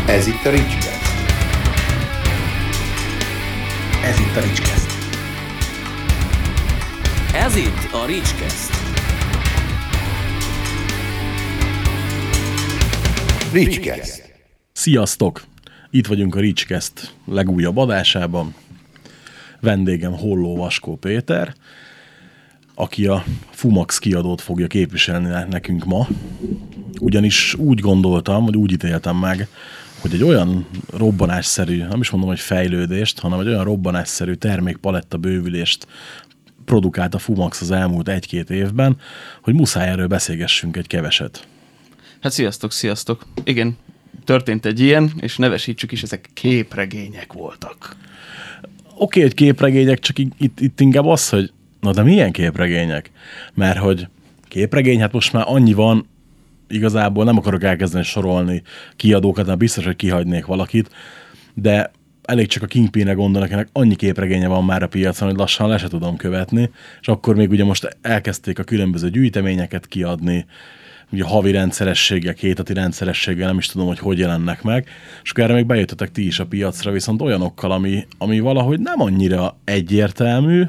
Ez itt a Ricskeszt. Ez itt a Ricskeszt. Ez itt a Ricskeszt. Ricskeszt. Sziasztok! Itt vagyunk a Ricskeszt legújabb adásában. Vendégem Holló Vaskó Péter, aki a Fumax kiadót fogja képviselni nekünk ma. Ugyanis úgy gondoltam, vagy úgy ítéltem meg, hogy egy olyan robbanásszerű, nem is mondom, hogy fejlődést, hanem egy olyan robbanásszerű termékpaletta bővülést produkált a Fumax az elmúlt 1-2 évben, hogy muszáj erről beszélgessünk egy keveset. Hát sziasztok! Igen, történt egy ilyen, és nevesítsük is, ezek képregények voltak. Oké, hogy képregények, csak itt inkább az, hogy na de milyen képregények? Mert hogy képregény, hát most már annyi van, igazából nem akarok elkezdeni sorolni kiadókat, mert biztos, hogy kihagynék valakit, de elég csak a Kingpinre gondolnak, akinek annyi képregénye van már a piacon, hogy lassan le se tudom követni, és akkor még ugye most elkezdték a különböző gyűjteményeket kiadni, ugye havi rendszerességgel, 2 heti rendszerességgel, nem is tudom, hogy jelennek meg, és akkor erre még bejöttetek ti is a piacra, viszont olyanokkal, ami valahogy nem annyira egyértelmű,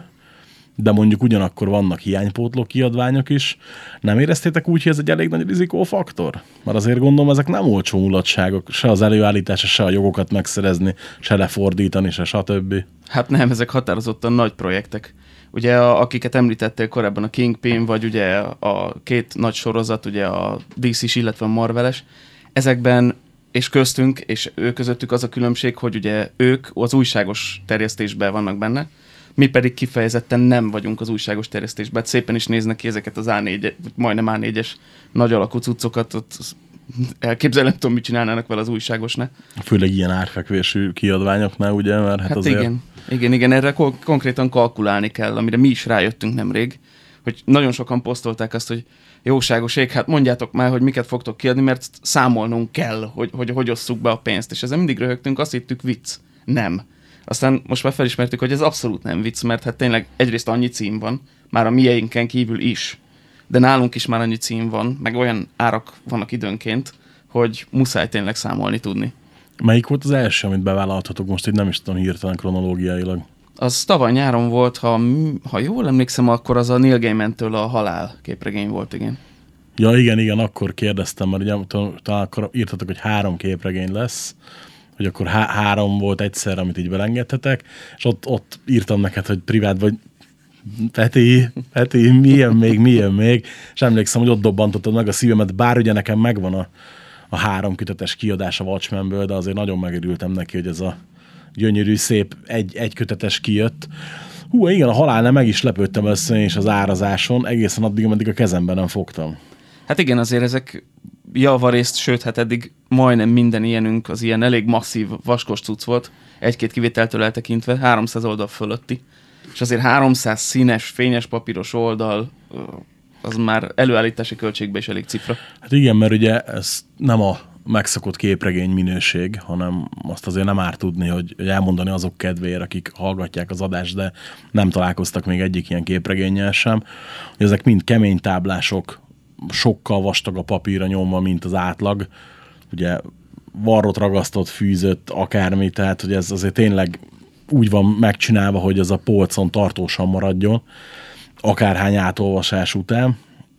de mondjuk ugyanakkor vannak hiánypótló kiadványok is. Nem éreztétek úgy, hogy ez egy elég nagy rizikófaktor? Mert azért gondolom, ezek nem olcsó mulatságok, se az előállítása, se a jogokat megszerezni, se lefordítani, se stb. Hát nem, ezek határozottan nagy projektek. Ugye akiket említettél korábban, a Kingpin, vagy ugye a 2 nagy sorozat, ugye a DC-s, illetve a Marveles, ezekben és köztünk, és ők közöttük az a különbség, hogy ugye ők az újságos terjesztésben vannak benne, mi pedig kifejezetten nem vagyunk az újságos terjesztésben. Szépen is néznek ki ezeket az A4, majdnem A4-es nagy alakú cuccokat, ott elképzelem, nem tudom, mit csinálnának vele az újságosnál. Főleg ilyen árfekvésű kiadványoknál, ugye? Mert hát azért... igen, erre konkrétan kalkulálni kell, amire mi is rájöttünk nemrég, hogy nagyon sokan posztolták azt, hogy jóságoség, hát mondjátok már, hogy miket fogtok kiadni, mert számolnunk kell, hogy osszuk be a pénzt, és ezzel mindig röhögtünk, azt hittük vicc. Nem. Aztán most már felismertük, hogy ez abszolút nem vicc, mert hát tényleg egyrészt annyi cím van, már a mieinken kívül is, de nálunk is már annyi cím van, meg olyan árak vannak időnként, hogy muszáj tényleg számolni tudni. Melyik volt az első, amit bevállaltatok most, így nem is tudom hirtelen kronológiailag? Az tavaly nyáron volt, ha jól emlékszem, akkor az a Neil Gaiman-től a Halál képregény volt, igen. Ja, igen, akkor kérdeztem, mert ugye talán akkor írtatok, hogy 3 képregény lesz, hogy akkor 3 volt egyszer, amit így belengedtetek, és ott írtam neked, hogy privát vagy, Peti, milyen még, és emlékszem, hogy ott dobbantottad meg a szívemet, bár ugye nekem megvan a 3 kötetes kiadás a Watchmenből, de azért nagyon megörültem neki, hogy ez a gyönyörű, szép egy kötetes kijött. Igen, a halálnál meg is lepődtem össze és az árazáson, egészen addig, ameddig a kezemben nem fogtam. Hát igen, azért ezek javarészt, sőt, hát eddig majdnem minden ilyenünk az ilyen elég masszív vaskos cucc volt, 1-2 kivételtől eltekintve, 300 oldal fölötti. És azért 300 színes, fényes papíros oldal, az már előállítási költségbe is elég cifra. Hát igen, mert ugye ez nem a megszokott képregény minőség, hanem azt azért nem árt tudni, hogy elmondani azok kedvéért, akik hallgatják az adást, de nem találkoztak még egyik ilyen képregénnyel sem. Hogy ezek mind kemény táblások, sokkal vastag a papírra nyomva, mint az átlag. Ugye varrot ragasztott, fűzött, akármi, tehát hogy ez azért tényleg úgy van megcsinálva, hogy ez a polcon tartósan maradjon, akárhány átolvasás után.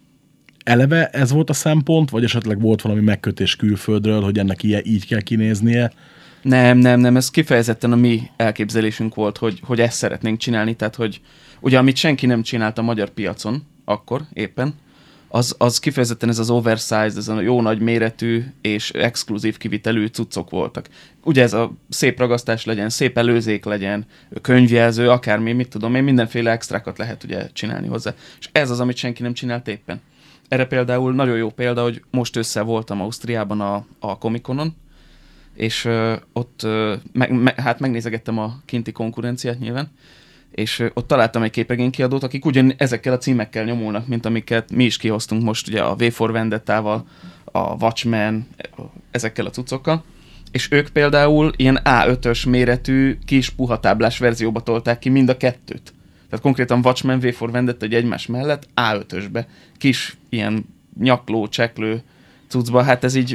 Eleve ez volt a szempont, vagy esetleg volt valami megkötés külföldről, hogy ennek így kell kinéznie? Nem, ez kifejezetten a mi elképzelésünk volt, hogy ezt szeretnénk csinálni, tehát hogy ugye amit senki nem csinált a magyar piacon, akkor éppen, az kifejezetten ez az oversized, ez a jó nagy méretű és exkluzív kivitelű cuccok voltak. Ugye ez a szép ragasztás legyen, szép előzék legyen, könyvjelző, akármi, mit tudom én, mindenféle extrákat lehet ugye csinálni hozzá. És ez az, amit senki nem csinált éppen. Erre például nagyon jó példa, hogy most össze voltam Ausztriában a Comic-Conon, és ott hát megnézegettem a kinti konkurenciát nyilván, és ott találtam egy képregénykiadót, akik ugyan ezekkel a címekkel nyomulnak, mint amiket mi is kihoztunk most, ugye a V for Vendettával, a Watchmen, ezekkel a cuccokkal, és ők például ilyen A5-ös méretű kis puha táblás verzióba tolták ki mind a 2-t. Tehát konkrétan Watchmen, V for Vendetta egy egymás mellett A5-ösbe, kis ilyen nyakló, cseklő cuccba, hát ez így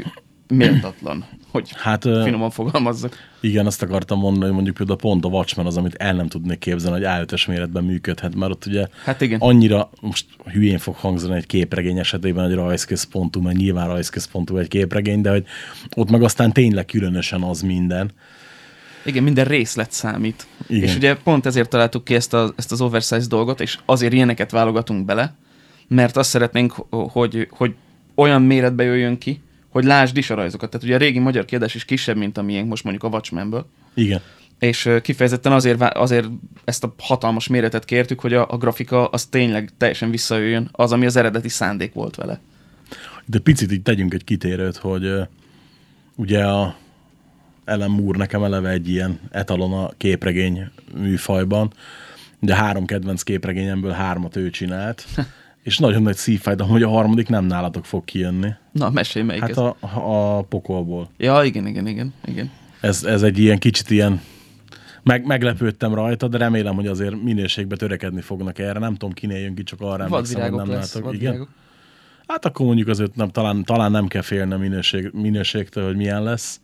méltatlan, hogy Hát finoman fogalmazzak. igen, azt akartam mondani, hogy mondjuk például pont a Watchmen az, amit el nem tudnék képzelni, hogy A5-ös méretben működhet, mert ott ugye Hát igen. annyira, most hülyén fog hangzani egy képregény esetében, egy rajzközpontú, mert nyilván rajzközpontú egy képregény, de hogy ott meg aztán tényleg különösen az minden. Igen, minden részlet számít. Igen. És ugye pont ezért találtuk ki ezt az oversize dolgot, és azért ilyeneket válogatunk bele, mert azt szeretnénk, hogy olyan méretbe jöjjön ki, hogy lásd is a rajzokat. Tehát ugye a régi magyar kiadás is kisebb, mint a miénk most mondjuk a Watchmenből. Igen. És kifejezetten azért ezt a hatalmas méretet kértük, hogy a grafika az tényleg teljesen visszajöjjön az, ami az eredeti szándék volt vele. De picit így tegyünk egy kitérőt, hogy ugye a Alan Moore nekem eleve egy ilyen etalon a képregény műfajban, de 3 kedvenc képregényemből 3 ő csinált, és nagyon nagy szívfájdalom, hogy a harmadik nem nálatok fog kijönni. Na, mesélj melyiket. Hát a pokolból. Ja, igen. Ez egy ilyen kicsit ilyen, meglepődtem rajta, de remélem, hogy azért minőségbe törekedni fognak erre. Nem tudom, kinél jön ki, csak arra emlékszem, hogy nem látok. Igen? Hát akkor mondjuk azért talán nem kell félni a minőségtől, hogy milyen lesz.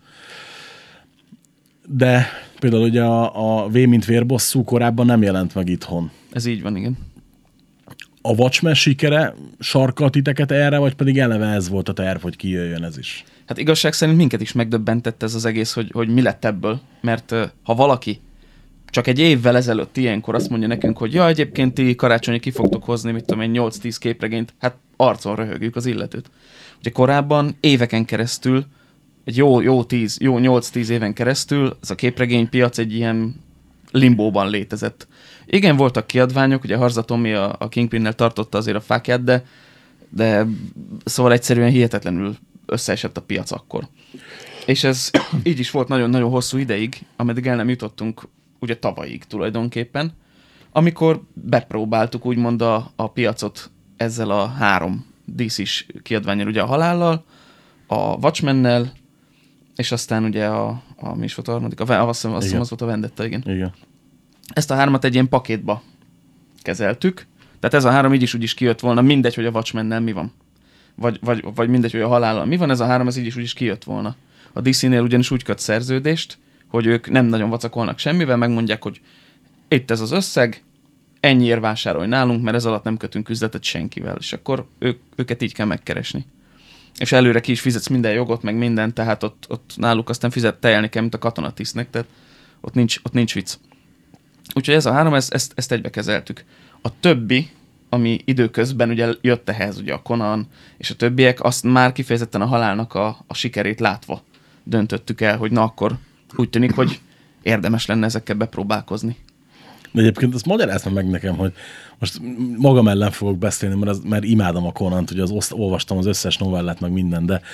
De például ugye a V mint vérbosszú korábban nem jelent meg itthon. Ez így van, igen. A Watchmen sikere sarkalt titeket erre, vagy pedig eleve ez volt a terv, hogy kijöjjön ez is? Hát igazság szerint minket is megdöbbentett ez az egész, hogy mi lett ebből. Mert ha valaki csak egy évvel ezelőtt ilyenkor azt mondja nekünk, hogy ja, egyébként ti karácsonyi ki fogtok hozni, mit tudom én, 8-10 képregényt, hát arcon röhögjük az illetőt. Ugye korábban éveken keresztül, egy jó 8-10 éven keresztül ez a képregénypiac egy ilyen limbóban létezett. Igen, voltak kiadványok, ugye Harza Tomi a Kingpinnel tartotta azért a fákját, de szóval egyszerűen hihetetlenül összeesett a piac akkor. És ez így is volt nagyon-nagyon hosszú ideig, ameddig el nem jutottunk ugye tavalyig tulajdonképpen, amikor bepróbáltuk úgymond a piacot ezzel a 3 DC-s kiadvánnyal, ugye a Halállal, a Watchmennel, és aztán ugye mi is volt a harmadik? Azt hiszem az volt a Vendetta, igen. Ezt a 3 egy ilyen pakétba kezeltük, tehát ez a 3 így is úgy is kijött volna, mindegy, hogy a Watchmennel mi van. Vagy mindegy, hogy a Halállal mi van, ez a 3 ez így is úgy is kijött volna. A DC-nél ugyanis úgy köt szerződést, hogy ők nem nagyon vacakolnak semmivel, megmondják, hogy itt ez az összeg, ennyiért vásárolj nálunk, mert ez alatt nem kötünk üzletet senkivel, és akkor őket így kell megkeresni. És előre ki is fizetsz minden jogot, meg minden, tehát ott náluk aztán tejelni kell, mint a katonatisztnek, tehát ott nincs vicc. Úgyhogy ez a 3, ezt egybe kezeltük. A többi, ami időközben ugye jött ehhez, ugye a Conan és a többiek, azt már kifejezetten a Halálnak a sikerét látva döntöttük el, hogy na akkor úgy tűnik, hogy érdemes lenne ezekkel bepróbálkozni. De egyébként azt magyarázd meg nekem, hogy most magam ellen fogok beszélni, mert imádom a Conant, ugye olvastam az összes novellát, meg minden, de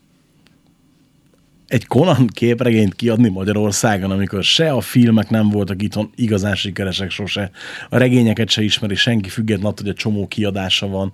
egy Conan képregényt kiadni Magyarországon, amikor se a filmek nem voltak itthon igazán sikeresek sose, a regényeket se ismeri senki, független attól, hogy egy csomó kiadása van.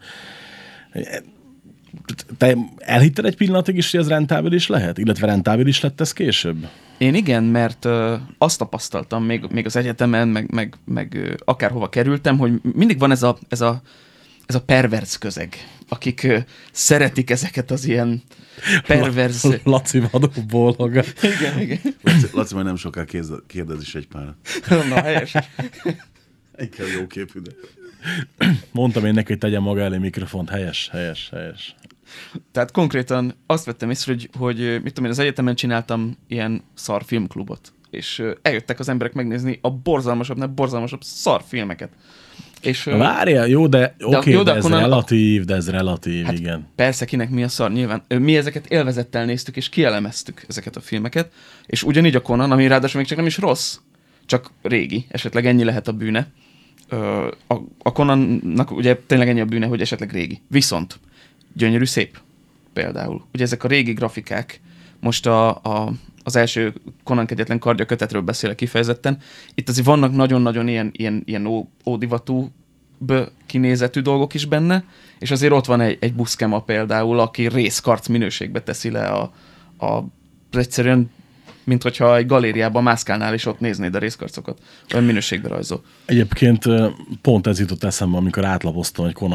Te elhitted egy pillanatig is, hogy ez rentábilis lehet? Illetve rentábilis lett ez később? Én igen, mert azt tapasztaltam még az egyetemen, meg akárhova kerültem, hogy mindig van ez a perverz közeg, akik szeretik ezeket az ilyen perverz... Laci vadóból. Igen. Laci majd nem soká kérdez is egy pár. Na, helyes. Inkább jó képű, de... Mondtam én neki, hogy tegyen maga elé mikrofont. Helyes. Tehát konkrétan azt vettem észre, hogy mit tudom én, az egyetemen csináltam ilyen szar filmklubot, és eljöttek az emberek megnézni a borzalmasabb szar filmeket. És, várjál, jó, de ez relatív, hát igen. Persze, kinek mi a szar, nyilván. Mi ezeket élvezettel néztük, és kielemeztük ezeket a filmeket, és ugyanígy a Conan, ami ráadásul még csak nem is rossz, csak régi, esetleg ennyi lehet a bűne. A Conannak ugye tényleg ennyi a bűne, hogy esetleg régi. Viszont gyönyörű szép például. Ugye ezek a régi grafikák, most az első Conan kegyetlen kardja kötetről beszélek kifejezetten, itt azért vannak nagyon-nagyon ilyen ódivatú kinézetű dolgok is benne, és azért ott van egy buszkema például, aki részkarc minőségbe teszi le egyszerűen, mint hogyha egy galériában mászkálnál, és ott néznéd a részkarcokat. Olyan minőségbe rajzol. Egyébként pont ez jutott eszembe, amikor átlapoztam egy Conan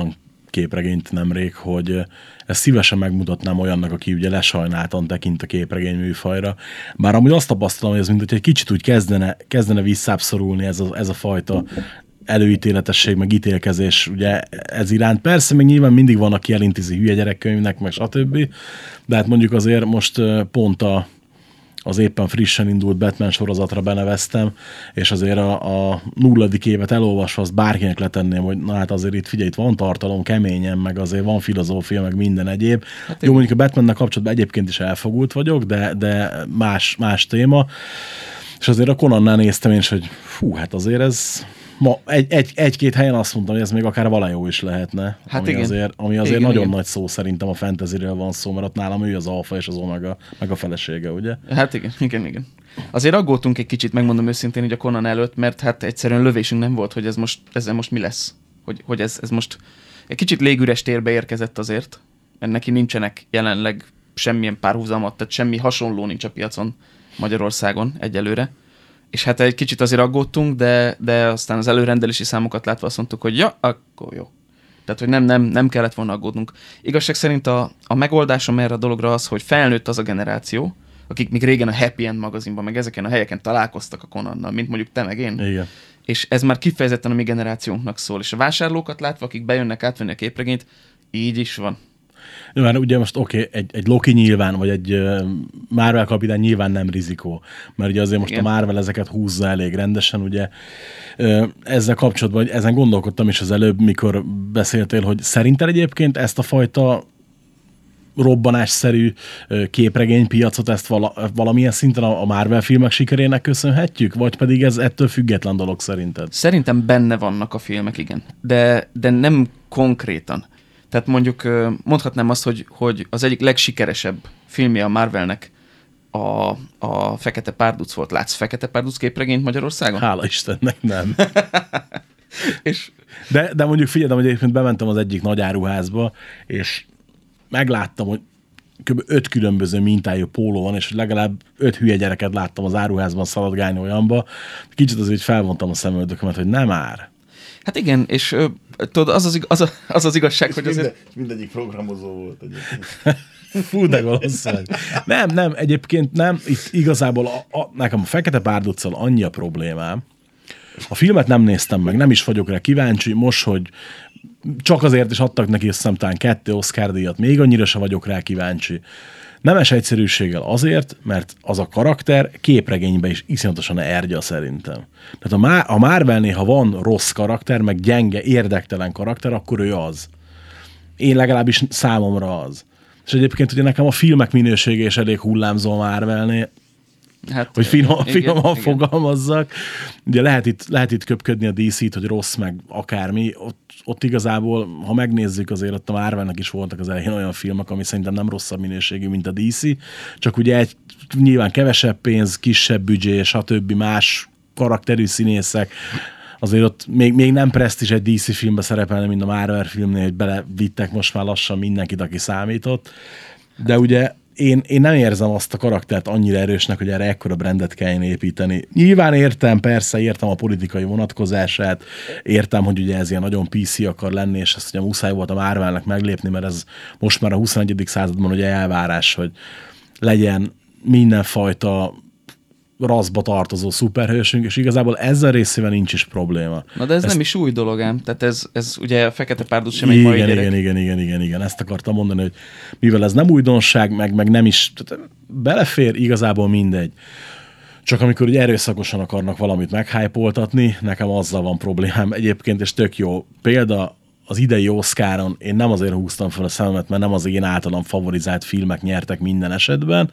képregényt nemrég, hogy ezt szívesen megmutatnám olyannak, aki ugye lesajnáltan tekint a képregény műfajra. Bár amúgy azt tapasztalom, hogy ez mint hogy egy kicsit úgy kezdene visszábbszorulni ez a fajta előítéletesség, meg ítélkezés ugye ez iránt. Persze még nyilván mindig van, aki elintézi hülye gyerekkönyvnek, meg stb. De hát mondjuk azért most pont az éppen frissen indult Batman sorozatra beneveztem, és azért a 0. évet elolvasva azt bárkinek letenném, hogy na hát azért itt figyelj, itt van tartalom keményen, meg azért van filozófia, meg minden egyéb. Hát jó, mondjuk a Batmannek kapcsolatban egyébként is elfogult vagyok, de más téma. És azért a Conannál néztem én is, hogy fú, hát azért ez egy-két helyen azt mondtam, hogy ez még akár valajó is lehetne. Hát ami azért nagyon nagy szó szerintem a fantasyről van szó, mert ott nálam ő az alfa és az omega, meg a felesége, ugye? Hát igen. Azért aggódtunk egy kicsit, megmondom őszintén, így a Conan előtt, mert hát egyszerűen lövésünk nem volt, hogy ezzel most mi lesz. Hogy ez most egy kicsit légüres térbe érkezett azért, mert neki nincsenek jelenleg semmilyen párhuzamot, tehát semmi hasonló nincs a piacon Magyarországon egyelőre. És hát egy kicsit azért aggódtunk, de aztán az előrendelési számokat látva azt mondtuk, hogy ja, akkor jó. Tehát, hogy nem kellett volna aggódnunk. Igazság szerint a megoldásom erre a dologra az, hogy felnőtt az a generáció, akik még régen a Happy End magazinban, meg ezeken a helyeken találkoztak a Conannal, mint mondjuk te meg én. Igen. És ez már kifejezetten a mi generációnknak szól. És a vásárlókat látva, akik bejönnek átvenni a képregényt, így is van. Mert ugye most egy Loki nyilván, vagy egy Marvel kapitány nyilván nem rizikó, mert ugye azért most a Marvel ezeket húzza elég rendesen, ugye ezzel kapcsolatban, hogy ezen gondolkodtam is az előbb, mikor beszéltél, hogy szerinted egyébként ezt a fajta robbanásszerű képregénypiacot, ezt valamilyen szinten a Marvel filmek sikerének köszönhetjük, vagy pedig ez ettől független dolog szerinted? Szerintem benne vannak a filmek, igen, de nem konkrétan. Tehát mondjuk mondhatnám azt, hogy az egyik legsikeresebb filmje a Marvelnek a Fekete Párduc volt. Látsz Fekete Párduc képregényt Magyarországon? Hála Istennek, nem. De mondjuk figyeltem, hogy egyébként bementem az egyik nagy áruházba, és megláttam, hogy kb. 5 különböző mintájú póló van, és legalább 5 hülye gyereket láttam az áruházban szaladgálni olyanba. Kicsit azért felvontam a szemöldökömet, hogy nem már. Hát igen, és tudod, az az igazság, hogy azért... Mindegyik programozó volt egyébként. Fú, de gonosz vagy. Nem, egyébként nem. Itt igazából nekem a Fekete Párduccal annyi a problémám. A filmet nem néztem meg, nem is vagyok rá kíváncsi. Most, hogy csak azért is adtak neki, azt hiszem, talán 2 Oscar-díjat, még annyira se vagyok rá kíváncsi. Nemes egyszerűséggel azért, mert az a karakter képregényben is iszonyatosan ergya szerintem. Tehát a Marvelnél, ha van rossz karakter, meg gyenge, érdektelen karakter, akkor ő az. Én legalábbis számomra az. És egyébként ugye nekem a filmek minősége is elég hullámzó a Marvelnél, hát, hogy finoman fogalmazzak. Ugye lehet itt köpködni a DC-t, hogy rossz, meg akármi. Ott igazából, ha megnézzük, azért ott a Marvelnek is voltak az elején olyan filmek, ami szerintem nem rosszabb minőségű, mint a DC. Csak ugye nyilván kevesebb pénz, kisebb büdzsé, stb. Más karakterű színészek. Azért ott még nem presztízs egy DC filmbe szerepelni, mint a Marvel filmnél, hogy belevittek most már lassan mindenkit, aki számított. De ugye én nem érzem azt a karaktert annyira erősnek, hogy erre ekkora brandet kelljen építeni. Nyilván értem a politikai vonatkozását, értem, hogy ugye ez ilyen nagyon PC akar lenni, és ezt ugye muszáj volt a Marvelnek meglépni, mert ez most már a 21. században ugye elvárás, hogy legyen mindenfajta raszba tartozó szuperhősünk, és igazából ezzel részével nincs is probléma. Na de ez nem is új dolog ám, tehát ez ugye a Fekete Párduc sem egy mai gyerek. Igen, ezt akartam mondani, hogy mivel ez nem újdonság, meg nem is, tehát belefér, igazából mindegy. Csak amikor ugye erőszakosan akarnak valamit meghájpoltatni, nekem azzal van problémám egyébként, és tök jó példa, az idei Oscaron én nem azért húztam fel a szememet, mert nem az én általam favorizált filmek nyertek minden esetben,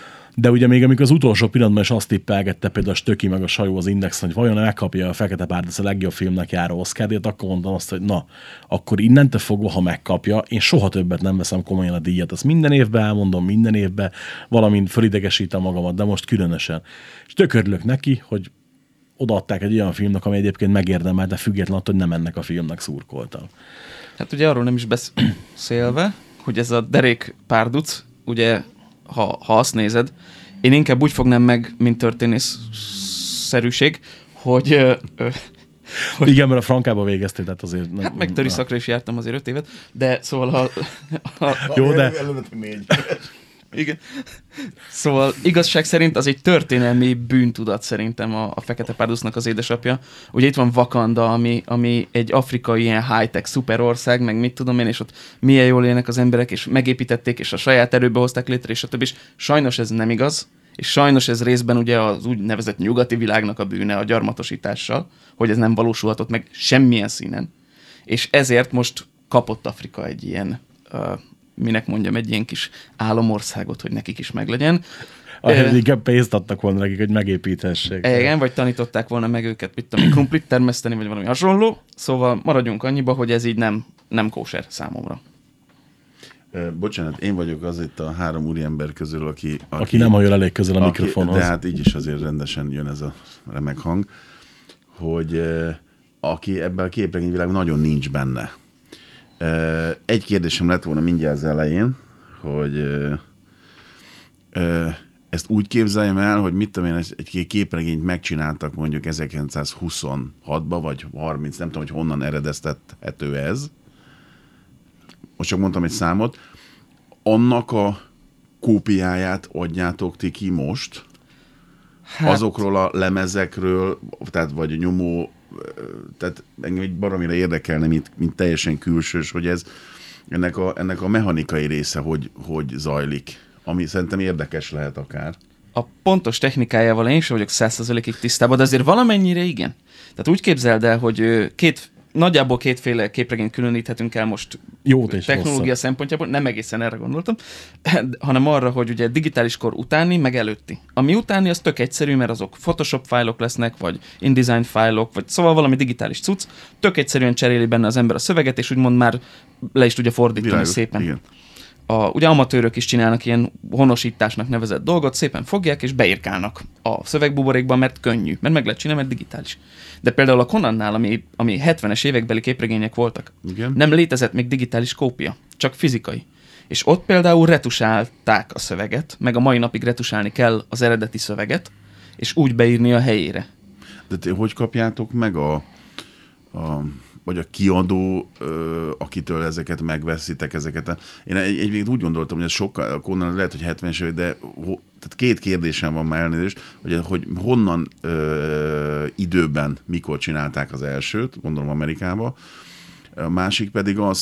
de ugye még amikor az utolsó pillanatban is azt tippelgette például a Stöki meg a Sajó az Indexen, hogy vajon megkapja a Fekete Párduc a legjobb filmnek járó Oscar-díjat, akkor mondtam azt, hogy na, akkor innentől fogva, ha megkapja, én soha többet nem veszem komolyan a díjat. Ezt minden évben elmondom, minden évben valamint fölidegesítem magamat, de most különösen. És tök örülök neki, hogy odaadták egy olyan filmnek, ami egyébként megérdemelte, függetlenül, hogy nem ennek a filmnek szurkoltam. Hát ugye arról nem is beszélve, hogy ez a derék párduc, ugye ha azt nézed, én inkább úgy fognám meg, mint történészszerűség, hogy Igen, mert a Frankába végeztél, tehát azért... Nem, Hát meg töri szakra is jártam azért 5 évet, de szóval Jó, de... Előtt 4. Igen. Szóval igazság szerint az egy történelmi bűntudat szerintem a Fekete Párducnak az édesapja. Ugye itt van Wakanda, ami egy afrikai ilyen high-tech szuperország, meg mit tudom én, és ott milyen jól élnek az emberek, és megépítették, és a saját erőbe hozták létre, és a többi. És sajnos ez nem igaz, és sajnos ez részben ugye az úgynevezett nyugati világnak a bűne a gyarmatosítással, hogy ez nem valósulhatott meg semmilyen színen. És ezért most kapott Afrika egy ilyen... minek mondjam, egy ilyen kis álomországot, hogy nekik is meglegyen. Inkább pénzt adtak volna nekik, hogy megépíthessék. Igen, vagy tanították volna meg őket, mit tudom, krumplit termeszteni, vagy valami hasonló. Szóval maradjunk annyiba, hogy ez így nem kóser számomra. Bocsánat, én vagyok az itt a 3 úriember közül, aki nem hajol elég közel a mikrofonhoz. De hát így is azért rendesen jön ez a remek hang, hogy aki ebben a képregényvilágban nagyon nincs benne. Egy kérdésem lett volna mindjárt az elején, hogy ezt úgy képzeljem el, hogy mit tudom én, egy képregényt megcsináltak mondjuk 1926-ba, vagy 30, nem tudom, hogy honnan eredeztethető ez. Most csak mondtam egy számot. Annak a kópiáját adjátok ti ki most? Hát... Azokról a lemezekről, tehát vagy nyomó, tehát engem egy baromira érdekelne, mint teljesen külsős, hogy ez ennek a mechanikai része hogy zajlik, ami szerintem érdekes lehet akár. A pontos technikájával én sem vagyok 100%-ig tisztában, de azért valamennyire igen. Tehát úgy képzeld el, hogy nagyjából kétféle képregényt különíthetünk el most Jót és technológia rosszat szempontjából, nem egészen erre gondoltam, hanem arra, hogy ugye digitális kor utáni, meg előtti. Ami utáni, az tök egyszerű, mert azok Photoshop fájlok lesznek, vagy InDesign fájlok, vagy szóval valami digitális cucc, tök egyszerűen cseréli benne az ember a szöveget, és úgymond már le is tudja fordítani. Világos, szépen. Igen. Ugye amatőrök is csinálnak ilyen honosításnak nevezett dolgot, szépen fogják és beírkálnak a szövegbuborékba, mert könnyű, mert meg lehet csinálni, mert digitális. De például a Conannál, ami 70-es évekbeli képregények voltak, igen, nem létezett még digitális kópia, csak fizikai. És ott például retusálták a szöveget, meg a mai napig retusálni kell az eredeti szöveget, és úgy beírni a helyére. De te hogy kapjátok meg vagy a kiadó, akitől ezeket megveszitek, ezeket? Én egyébként úgy gondoltam, hogy ez sokkal, akkor lehet, hogy 70-es évek, de tehát 2 kérdésem van már elnézést, hogy honnan időben, mikor csinálták az elsőt, gondolom Amerikába. A másik pedig az,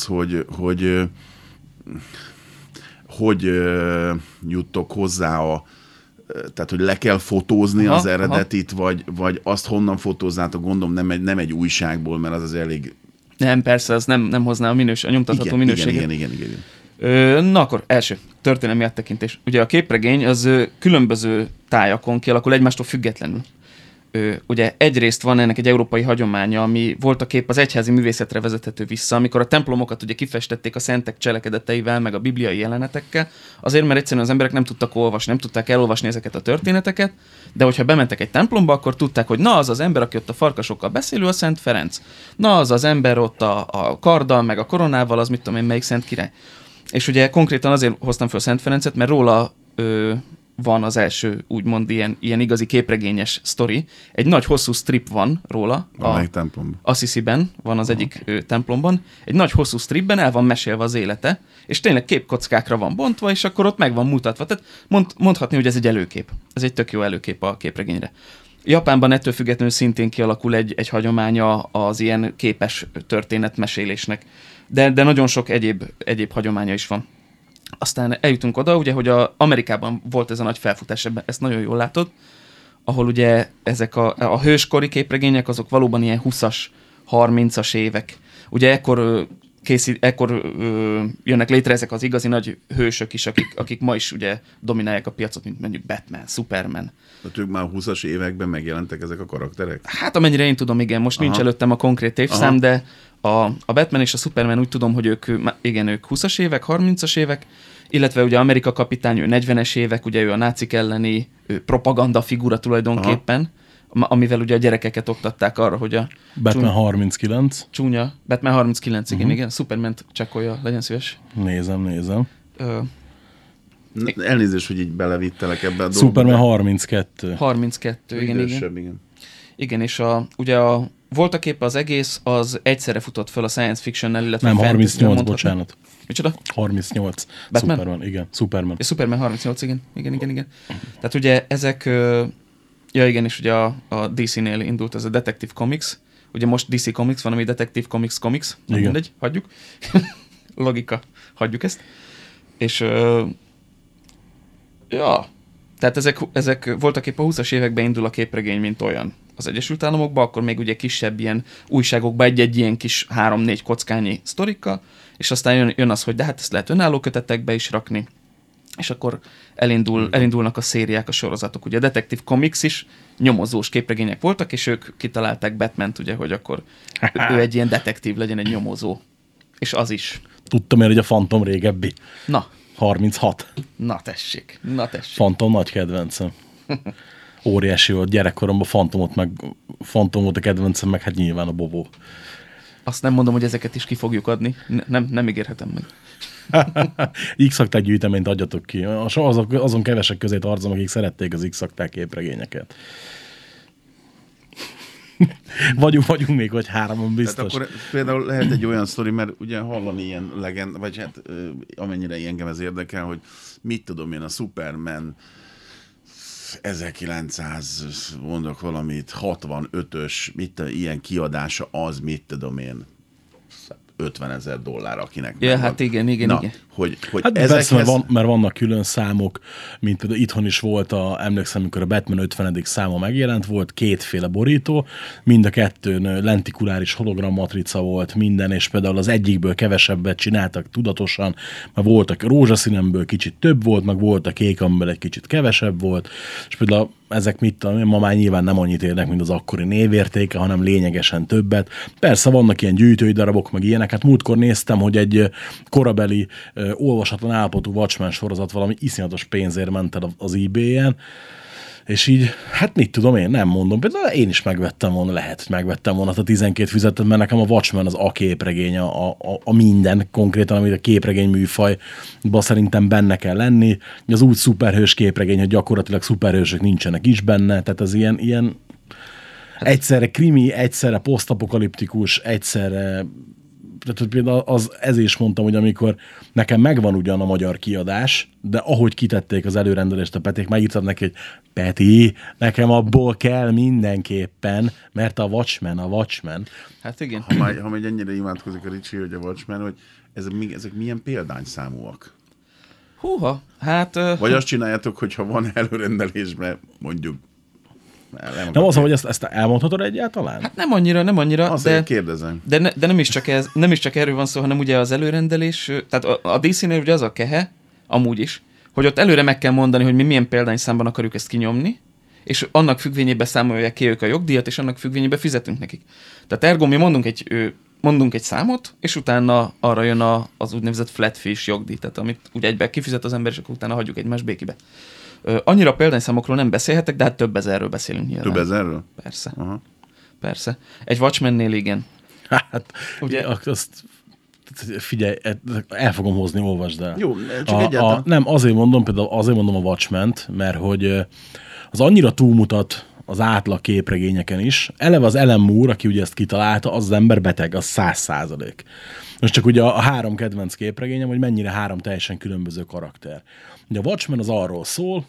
hogy juttok hozzá tehát, hogy le kell fotózni az eredetit, vagy azt honnan fotózzátok, gondolom nem egy újságból, mert az elég... Nem, persze, az nem hozná a nyomtatható minőséget. Igen. Na akkor, első, történelmi áttekintés. Ugye a képregény az különböző tájakon kialakul egymástól függetlenül. Ugye egyrészt van ennek egy európai hagyománya, ami voltaképp az egyházi művészetre vezethető vissza, amikor a templomokat ugye kifestették a szentek cselekedeteivel, meg a bibliai jelenetekkel, azért, mert egyszerűen az emberek nem tudtak olvasni, nem tudták elolvasni ezeket a történeteket, de hogyha bementek egy templomba, akkor tudták, hogy na az az ember, aki ott a farkasokkal beszélő, a Szent Ferenc. Na az az ember ott a karddal, meg a koronával, az mit tudom én, melyik Szent Király. És ugye konkrétan azért hoztam fel Szent Ferencet, mert róla van az első, úgymond ilyen igazi képregényes sztori. Egy nagy hosszú strip van róla. A templomban. Assisi-ben van az egyik templomban. Egy nagy hosszú stripben el van mesélve az élete, és tényleg képkockákra van bontva, és akkor ott meg van mutatva. Tehát mondhatni, hogy ez egy előkép. Ez egy tök jó előkép a képregényre. Japánban ettől függetlenül szintén kialakul egy hagyománya az ilyen képes történetmesélésnek. De nagyon sok egyéb hagyománya is van. Aztán eljutunk oda, ugye, hogy Amerikában volt ez a nagy felfutás, ezt nagyon jól látod, ahol ugye ezek a hőskori képregények, azok valóban ilyen 20-as, 30-as évek. Ugye ekkor jönnek létre ezek az igazi nagy hősök is, akik ma is ugye dominálják a piacot, mint mondjuk Batman, Superman. Tehát ők már 20-as években megjelentek ezek a karakterek? Hát amennyire én tudom, igen, most nincs előttem a konkrét évszám, de a Batman és a Superman úgy tudom, hogy ők 20-as évek, 30-as évek, illetve ugye Amerika kapitány, ő 40-es évek, ugye ő a nácik elleni propaganda figura tulajdonképpen, amivel ugye a gyerekeket oktatták arra, hogy a... Batman 39. Csúnya. Batman 39, igen. Superman-t csekkolja, legyen szíves. Nézem. Elnézést, hogy így belevittelek ebbe a dolgba. Superman 32. 32, igen. Igen. Igen, és ugye voltak épp az egész, az egyszerre futott fel a science fiction-nel, illetve Nem, a fantasy-nel 38, mondhatni. bocsánat. Micsoda? 38. Batman? Superman, igen. Superman. És Superman 38, igen. Tehát ugye ezek, ja igen, és ugye a DC-nél indult ez a Detective Comics, ugye most DC Comics van, ami Detective Comics, nem Igen. mindegy, hagyjuk. Logika, hagyjuk ezt. És ja, tehát ezek voltak épp a 20-as években indul a képregény, mint olyan az Egyesült Államokban, akkor még ugye kisebb ilyen újságokban egy-egy ilyen kis 3-4 kockányi sztorikkal, és aztán jön az, hogy de hát ezt lehet önálló kötetekbe is rakni, és akkor elindulnak a szériák, a sorozatok. Ugye a Detective Comics is nyomozós képregények voltak, és ők kitalálták Batmant, ugye, hogy akkor ő egy ilyen detektív legyen, egy nyomozó. És az is. Tudtam én, hogy a Phantom régebbi. Na, 36. na tessék. Phantom nagy kedvencem. Óriási volt gyerekkoromban, Phantom volt a kedvencem, meg hát nyilván a Bobó. Azt nem mondom, hogy ezeket is ki fogjuk adni. Nem ígérhetem meg. X-akták gyűjteményt adjatok ki. Azon kevesek közé tartozom, akik szerették az X-akták képregényeket. vagyunk még, vagy háromon biztos. Tehát akkor például lehet egy olyan sztori, mert ugye hallani ilyen legend, vagy hát amennyire engem ez érdekel, hogy mit tudom én, a Superman 1900, mondok valamit, 65-ös, ilyen kiadása az, mit tudom én, $50,000, akinek Ja, megvan. hát igen. Hogy Hát ezekhez... persze, mert vannak külön számok, mint például itthon is volt, emlékszem, amikor a Batman 50. száma megjelent, volt kétféle borító, mind a kettőn lentikuláris hologrammatrica volt minden, és például az egyikből kevesebbet csináltak tudatosan, mert voltak rózsaszínemből kicsit több volt, meg volt a kék, amiből egy kicsit kevesebb volt, és például ezek mit tudom én, ma már nyilván nem annyit érnek, mint az akkori névértéke, hanem lényegesen többet. Persze vannak ilyen gyűjtői darabok, meg ilyenek. Hát múltkor néztem, hogy egy korabeli olvasatlan állapotú Watchmen sorozat valami iszonyatos pénzért ment el az eBay-en, és így, hát mit tudom én, nem mondom. Például én is megvettem volna, lehet, hogy megvettem volna a 12 füzetet, mert nekem a Watchmen az a képregény, a minden konkrétan, amit a képregény műfajban szerintem benne kell lenni. Az úgy szuperhős képregény, hogy gyakorlatilag szuperhősök nincsenek is benne, tehát az ilyen egyszerre krimi, egyszerre posztapokaliptikus, egyszerre. Tehát például ezért is mondtam, hogy amikor nekem megvan ugyan a magyar kiadás, de ahogy kitették az előrendelést a Peték, megírtad neki, hogy Peti, nekem abból kell mindenképpen, mert a Watchmen. Hát igen. Ha még ennyire imádkozik a Ricsi, hogy a Watchmen, hogy ezek milyen példányszámúak? Húha, hát... Vagy azt csináljátok, hogyha van előrendelésben, mondjuk... Nem az, hogy ezt elmondhatod egyáltalán? Hát nem annyira, Azért kérdezem. De nem is csak erről van szó, hanem ugye az előrendelés, tehát a DC-nél ugye az a kehe, amúgy is, hogy ott előre meg kell mondani, hogy mi milyen példányszámban akarjuk ezt kinyomni, és annak függvényében számolják ki ők a jogdíjat, és annak függvényében fizetünk nekik. Tehát ergo mi mondunk egy számot, és utána arra jön az úgynevezett flat fee jogdíj, tehát amit ugye egyben kifizet az ember, és akkor utána hagyjuk egymás békibe. Annyira példányszámokról nem beszélhetek, de hát több ezerről beszélünk nyilván. Több ezerről? Persze. Aha. Persze. Egy Watchmennél igen. Hát, Ugye? azt figyelj, el fogom hozni, olvasd el. Jó, csak egyáltalán. Nem, azért mondom a Watchmen-t, mert hogy az annyira túlmutat az átlag képregényeken is. Eleve az Alan Moore, aki ugye ezt kitalálta, az ember beteg, az 100%. Most csak ugye a három kedvenc képregényem, hogy mennyire három teljesen különböző karakter. Ugye a Watchmen az arról szól,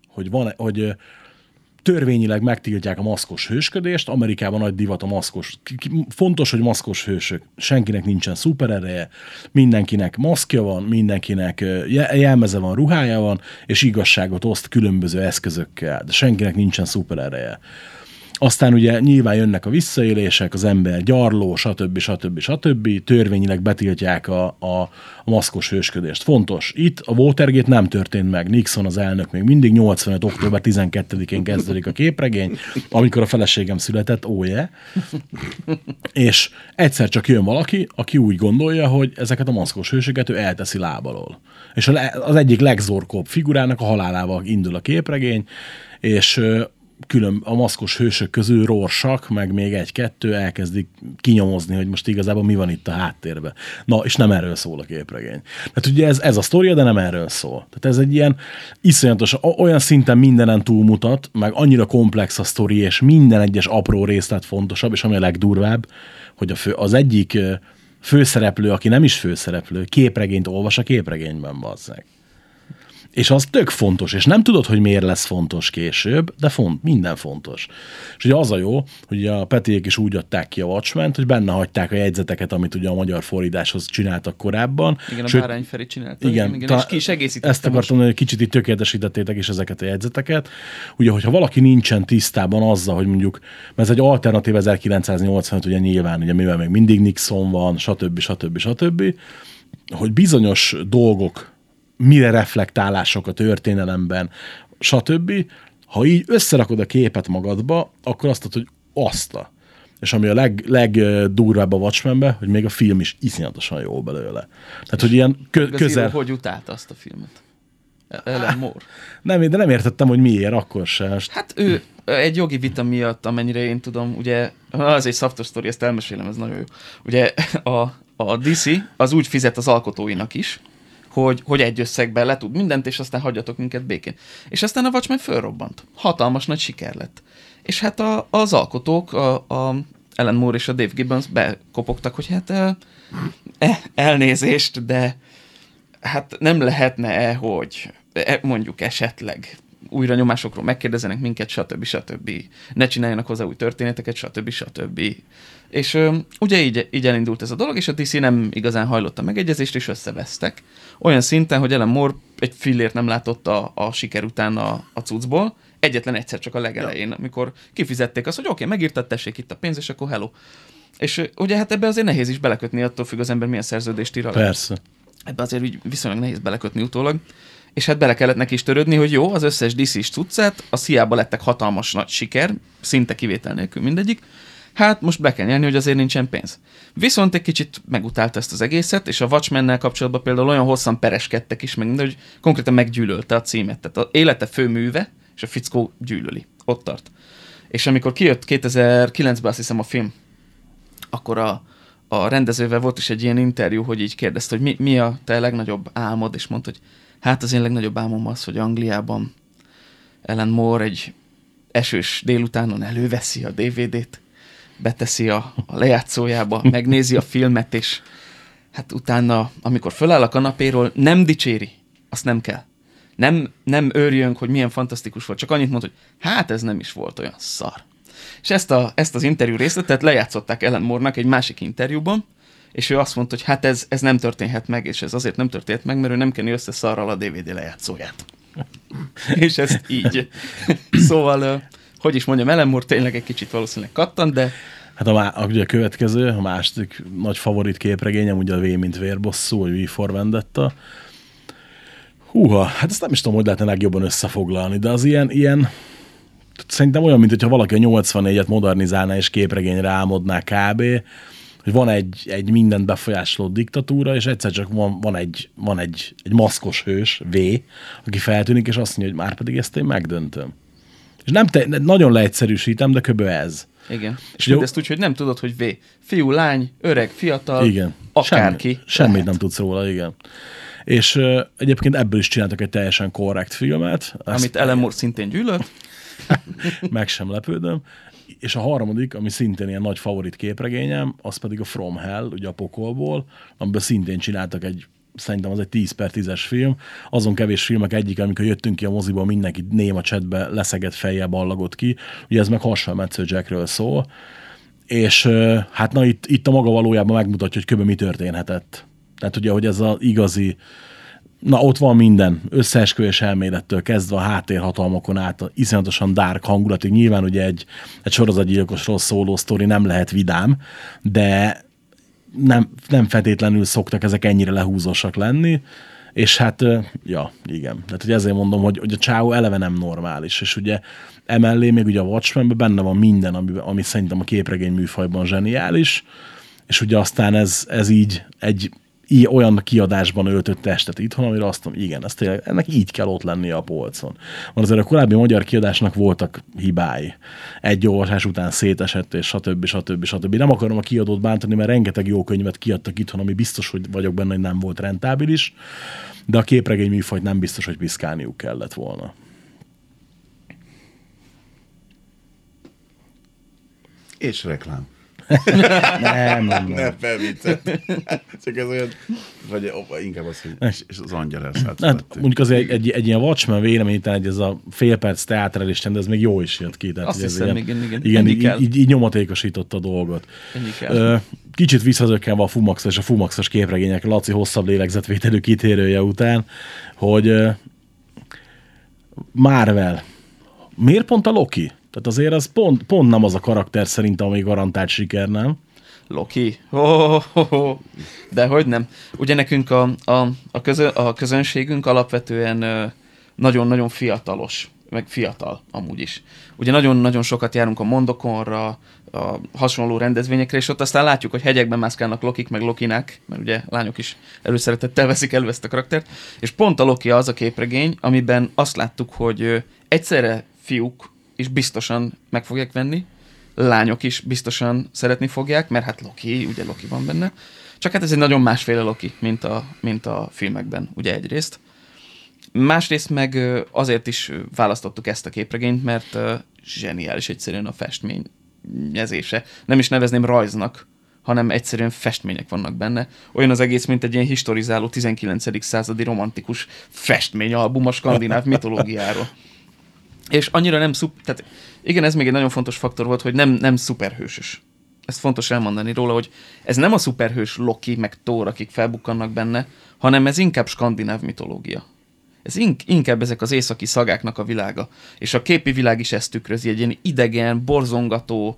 hogy törvényileg megtiltják a maszkos hősködést, Amerikában nagy divat a maszkos. Fontos, hogy maszkos hősök. Senkinek nincsen szuperereje, mindenkinek maszkja van, mindenkinek jelmeze van, ruhája van, és igazságot oszt különböző eszközökkel, de senkinek nincsen szuperereje. Aztán ugye nyilván jönnek a visszaélések, az ember gyarló, stb. Törvényileg betiltják a maszkos hősködést. Fontos, itt a Watergate nem történt meg. Nixon az elnök még mindig, 85. október 12-én kezdődik a képregény, amikor a feleségem született, és egyszer csak jön valaki, aki úgy gondolja, hogy ezeket a maszkos hősöket ő elteszi lábalól. És az egyik legzorkóbb figurának a halálával indul a képregény, és a maszkos hősök közül Rorschach, meg még egy-kettő elkezdik kinyomozni, hogy most igazából mi van itt a háttérben. Na, és nem erről szól a képregény. Tehát ugye ez a sztoria, de nem erről szól. Tehát ez egy ilyen iszonyatos, olyan szinten mindenen túlmutat, meg annyira komplex a sztori, és minden egyes apró részlet fontosabb, és ami a legdurvább, hogy az egyik főszereplő, aki nem is főszereplő, képregényt olvas a képregényben, bazzeg. És az tök fontos, és nem tudod, hogy miért lesz fontos később, de minden fontos. És ugye az a jó, hogy a Petiék is úgy adták ki a Watchmen-t, hogy benne hagyták a jegyzeteket, amit ugye a magyar fordításhoz csináltak korábban. Igen, a Bárány Feri csinálta. Igen, és ki is egészítette. Ezt akartam mondani, hogy kicsit itt tökéletesítettétek is ezeket a jegyzeteket. Ugye, hogyha valaki nincsen tisztában azzal, hogy mondjuk, mert ez egy alternatív 1985, ugye nyilván, ugye mivel még mindig Nixon van, stb., hogy bizonyos dolgok mire reflektálások a történelemben, stb. Ha így összerakod a képet magadba, akkor azt tudod, hogy aszta. És ami a legdurvább a Watchmenben, hogy még a film is iszonyatosan jó belőle. Tehát, hogy ilyen közel... Hogy utálta azt a filmet? Alan Moore. De nem értettem, hogy miért, akkor se. Hát ő egy jogi vita miatt, amennyire én tudom, ugye, az egy szaftos sztori, ezt elmesélem, ez nagyon jó. Ugye a DC az úgy fizet az alkotóinak is, hogy egy összegben le tud mindent, és aztán hagyjatok minket békén. És aztán a Watchmen fölrobbant. Hatalmas nagy siker lett. És hát az alkotók, a Alan Moore és a Dave Gibbons bekopogtak, hogy hát elnézést, de hát nem lehetne hogy mondjuk esetleg újra nyomásokról megkérdezenek minket, stb. Ne csináljanak hozzá új történeteket, stb. És ugye így elindult ez a dolog, és a DC nem igazán hajlott a megegyezést, és összevesztek. Olyan szinten, hogy Alan Moore egy fillért nem látott a siker után a cuccból, egyetlen egyszer csak a legelején, amikor kifizették azt, hogy oké, megírtad, tessék itt a pénz, és akkor hello. És ugye hát ebbe azért nehéz is belekötni, attól függ az ember milyen szerződést ír alá. Persze. Ebbe azért viszonylag nehéz belekötni utólag. És hát bele kellett neki is törődni, hogy jó, az összes DC-s cuccát, a hiába lettek hatalmas nagy siker, szinte kivétel nélkül mindegyik, hát most be kell nyerni, hogy azért nincsen pénz. Viszont egy kicsit megutálta ezt az egészet, és a Watchmen-nel kapcsolatban például olyan hosszan pereskedtek is, meg minden, hogy konkrétan meggyűlölte a címet. Tehát az élete főműve, és a fickó gyűlöli. Ott tart. És amikor kijött 2009-ben azt hiszem a film, akkor a rendezővel volt is egy ilyen interjú, hogy így kérdezte, hogy mi a te legnagyobb álmod, és mondta, hogy hát az én legnagyobb álmom az, hogy Angliában Alan Moore egy esős délutánon előveszi a DVD-t, beteszi a lejátszójába, megnézi a filmet, és hát utána, amikor föláll a kanapéról, nem dicséri, azt nem kell. Nem őrjönk, hogy milyen fantasztikus volt, csak annyit mond, hogy hát ez nem is volt olyan szar. És ezt az interjú részletet lejátszották Alan Moore-nak egy másik interjúban, és ő azt mondta, hogy hát ez nem történhet meg, és ez azért nem történhet meg, mert ő nem kenni össze szarral a DVD lejátszóját. És ezt így. Szóval, hogy is mondjam, Alan Moore tényleg egy kicsit valószínűleg kattant, de... Hát ugye a következő, a második nagy favorit képregényem, ugye a V mint vérbosszú, vagy V for Vendetta. Húha, hát ezt nem is tudom, hogy lehetne legjobban összefoglalni, de az ilyen szerintem olyan, mint hogyha valaki a 84-et modernizálná és képregényre álmodná kb., hogy van egy mindent befolyásoló diktatúra, és egyszer csak van egy maszkos hős, V, aki feltűnik, és azt mondja, hogy már pedig ezt én megdöntöm. És nagyon leegyszerűsítem, de kb. Ez. Igen. És ezt úgy, hogy nem tudod, hogy V. Fiú, lány, öreg, fiatal, igen. akárki. Semmit nem tudsz róla, igen. És egyébként ebből is csináltak egy teljesen korrekt filmet. Amit Alan Moore szintén gyűlölt. Meg sem lepődöm. És a harmadik, ami szintén ilyen nagy favorit képregényem, az pedig a From Hell, ugye a pokolból, amiben szintén csináltak szerintem az egy 10/10-es film. Azon kevés filmek egyik, amikor jöttünk ki a moziból, mindenki néma csetbe leszegett fejjel ballagott ki. Ugye ez meg Hasfelmetsző Jackről szól. És hát na itt a maga valójában megmutatja, hogy kb. Mi történhetett. Tehát ugye, hogy ez az igazi, na ott van minden, összeesküvés elmélettől kezdve a háttérhatalmakon át, iszonyatosan dark hangulatig. Nyilván ugye egy sorozatgyilkosról szóló sztori nem lehet vidám, de nem feltétlenül szoktak ezek ennyire lehúzósak lenni, és hát, ja, igen. Tehát ugye ezért mondom, hogy a csávó eleve nem normális, és ugye emellé még ugye a Watchmenben benne van minden, ami szerintem a képregény műfajban zseniális, és ugye aztán ez így egy olyan kiadásban öltött testet itthon, amire azt mondom, igen, ennek így kell ott lennie a polcon. Van azért a korábbi magyar kiadásnak voltak hibái. Egy olvasás után szétesett, és stb. Nem akarom a kiadót bántani, mert rengeteg jó könyvet kiadtak itthon, ami biztos, hogy vagyok benne, hogy nem volt rentábilis, de a képregény műfajt nem biztos, hogy piszkálniuk kellett volna. És reklám. Nem. Ne felviccet. Csak ez olyan, vagy inkább az, hogy és az angyal elszállt. Hát, mondjuk azért egy ilyen Watchmen vélemény, tehát ez a fél perc teátrálés, de ez még jó is jött ki. Tehát azt hiszem, igen. Igen, így nyomatékosította a dolgot. Kicsit visszazökkenve a Fumax és a Fumaxos képregények Laci hosszabb lélegzetvételű kitérője után, hogy Marvel. Miért pont a Loki? Tehát azért az pont nem az a karakter szerintem, ami garantált siker, nem? Loki? De hogy nem. Ugye nekünk a közönségünk alapvetően nagyon-nagyon fiatalos, meg fiatal amúgy is. Ugye nagyon-nagyon sokat járunk a Mondokonra, a hasonló rendezvényekre, és ott aztán látjuk, hogy hegyekben mászkálnak Lokik, meg Lokinák, mert ugye lányok is előszeretettel veszik elő ezt a karaktert, és pont a Loki az a képregény, amiben azt láttuk, hogy egyszerre fiúk is biztosan meg fogják venni, lányok is biztosan szeretni fogják, mert hát Loki van benne. Csak hát ez egy nagyon másféle Loki, mint a filmekben, ugye egyrészt. Másrészt meg azért is választottuk ezt a képregényt, mert zseniális egyszerűen a festményezése. Nem is nevezném rajznak, hanem egyszerűen festmények vannak benne. Olyan az egész, mint egy ilyen historizáló 19. századi romantikus festményalbum a skandináv mitológiáról. És annyira nem tehát igen, ez még egy nagyon fontos faktor volt, hogy nem szuperhősös. Ezt fontos elmondani róla, hogy ez nem a szuperhős Loki, meg Thor, akik felbukkannak benne, hanem ez inkább skandináv mitológia. Ez inkább ezek az északi szagáknak a világa. És a képi világ is ezt tükrözi, egy ilyen idegen, borzongató,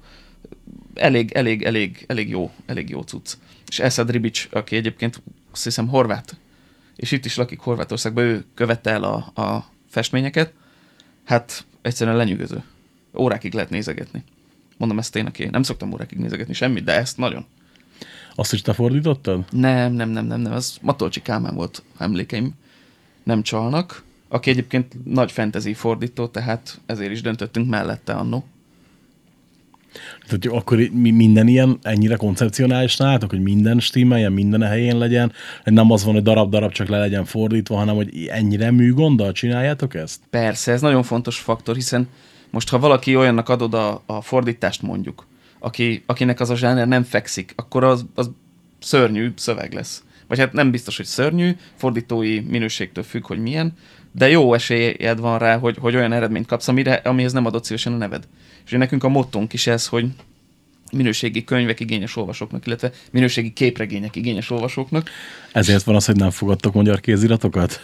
elég jó cucc. És Esad Ribic, aki egyébként azt hiszem horvát, és itt is lakik Horvátországban, ő követte el a festményeket, hát egyszerűen lenyűgöző. Órákig lehet nézegetni. Mondom, ezt én, aki nem szoktam órákig nézegetni semmit, de ezt nagyon. Azt is te fordítottad? Nem. Az Matolcsi Kálmán volt, emlékeim nem csalnak. Aki egyébként nagy fantasy fordító, tehát ezért is döntöttünk mellette annó. Tehát akkor minden ilyen ennyire koncepcionális nálatok, hogy minden stimmeljen, minden a helyén legyen, nem az van, hogy darab-darab csak le legyen fordítva, hanem hogy ennyire műgonddal csináljátok ezt? Persze, ez nagyon fontos faktor, hiszen most, ha valaki olyannak adod a fordítást mondjuk, akinek az a zsáner nem fekszik, akkor az szörnyű szöveg lesz. Vagy hát nem biztos, hogy szörnyű, fordítói minőségtől függ, hogy milyen, de jó esélyed van rá, hogy olyan eredményt kapsz, amihez nem adott szívesen a neved. És nekünk a mottónk is ez, hogy minőségi könyvek igényes olvasóknak, illetve minőségi képregények igényes olvasóknak. Ezért van az, hogy nem fogadtok magyar kéziratokat?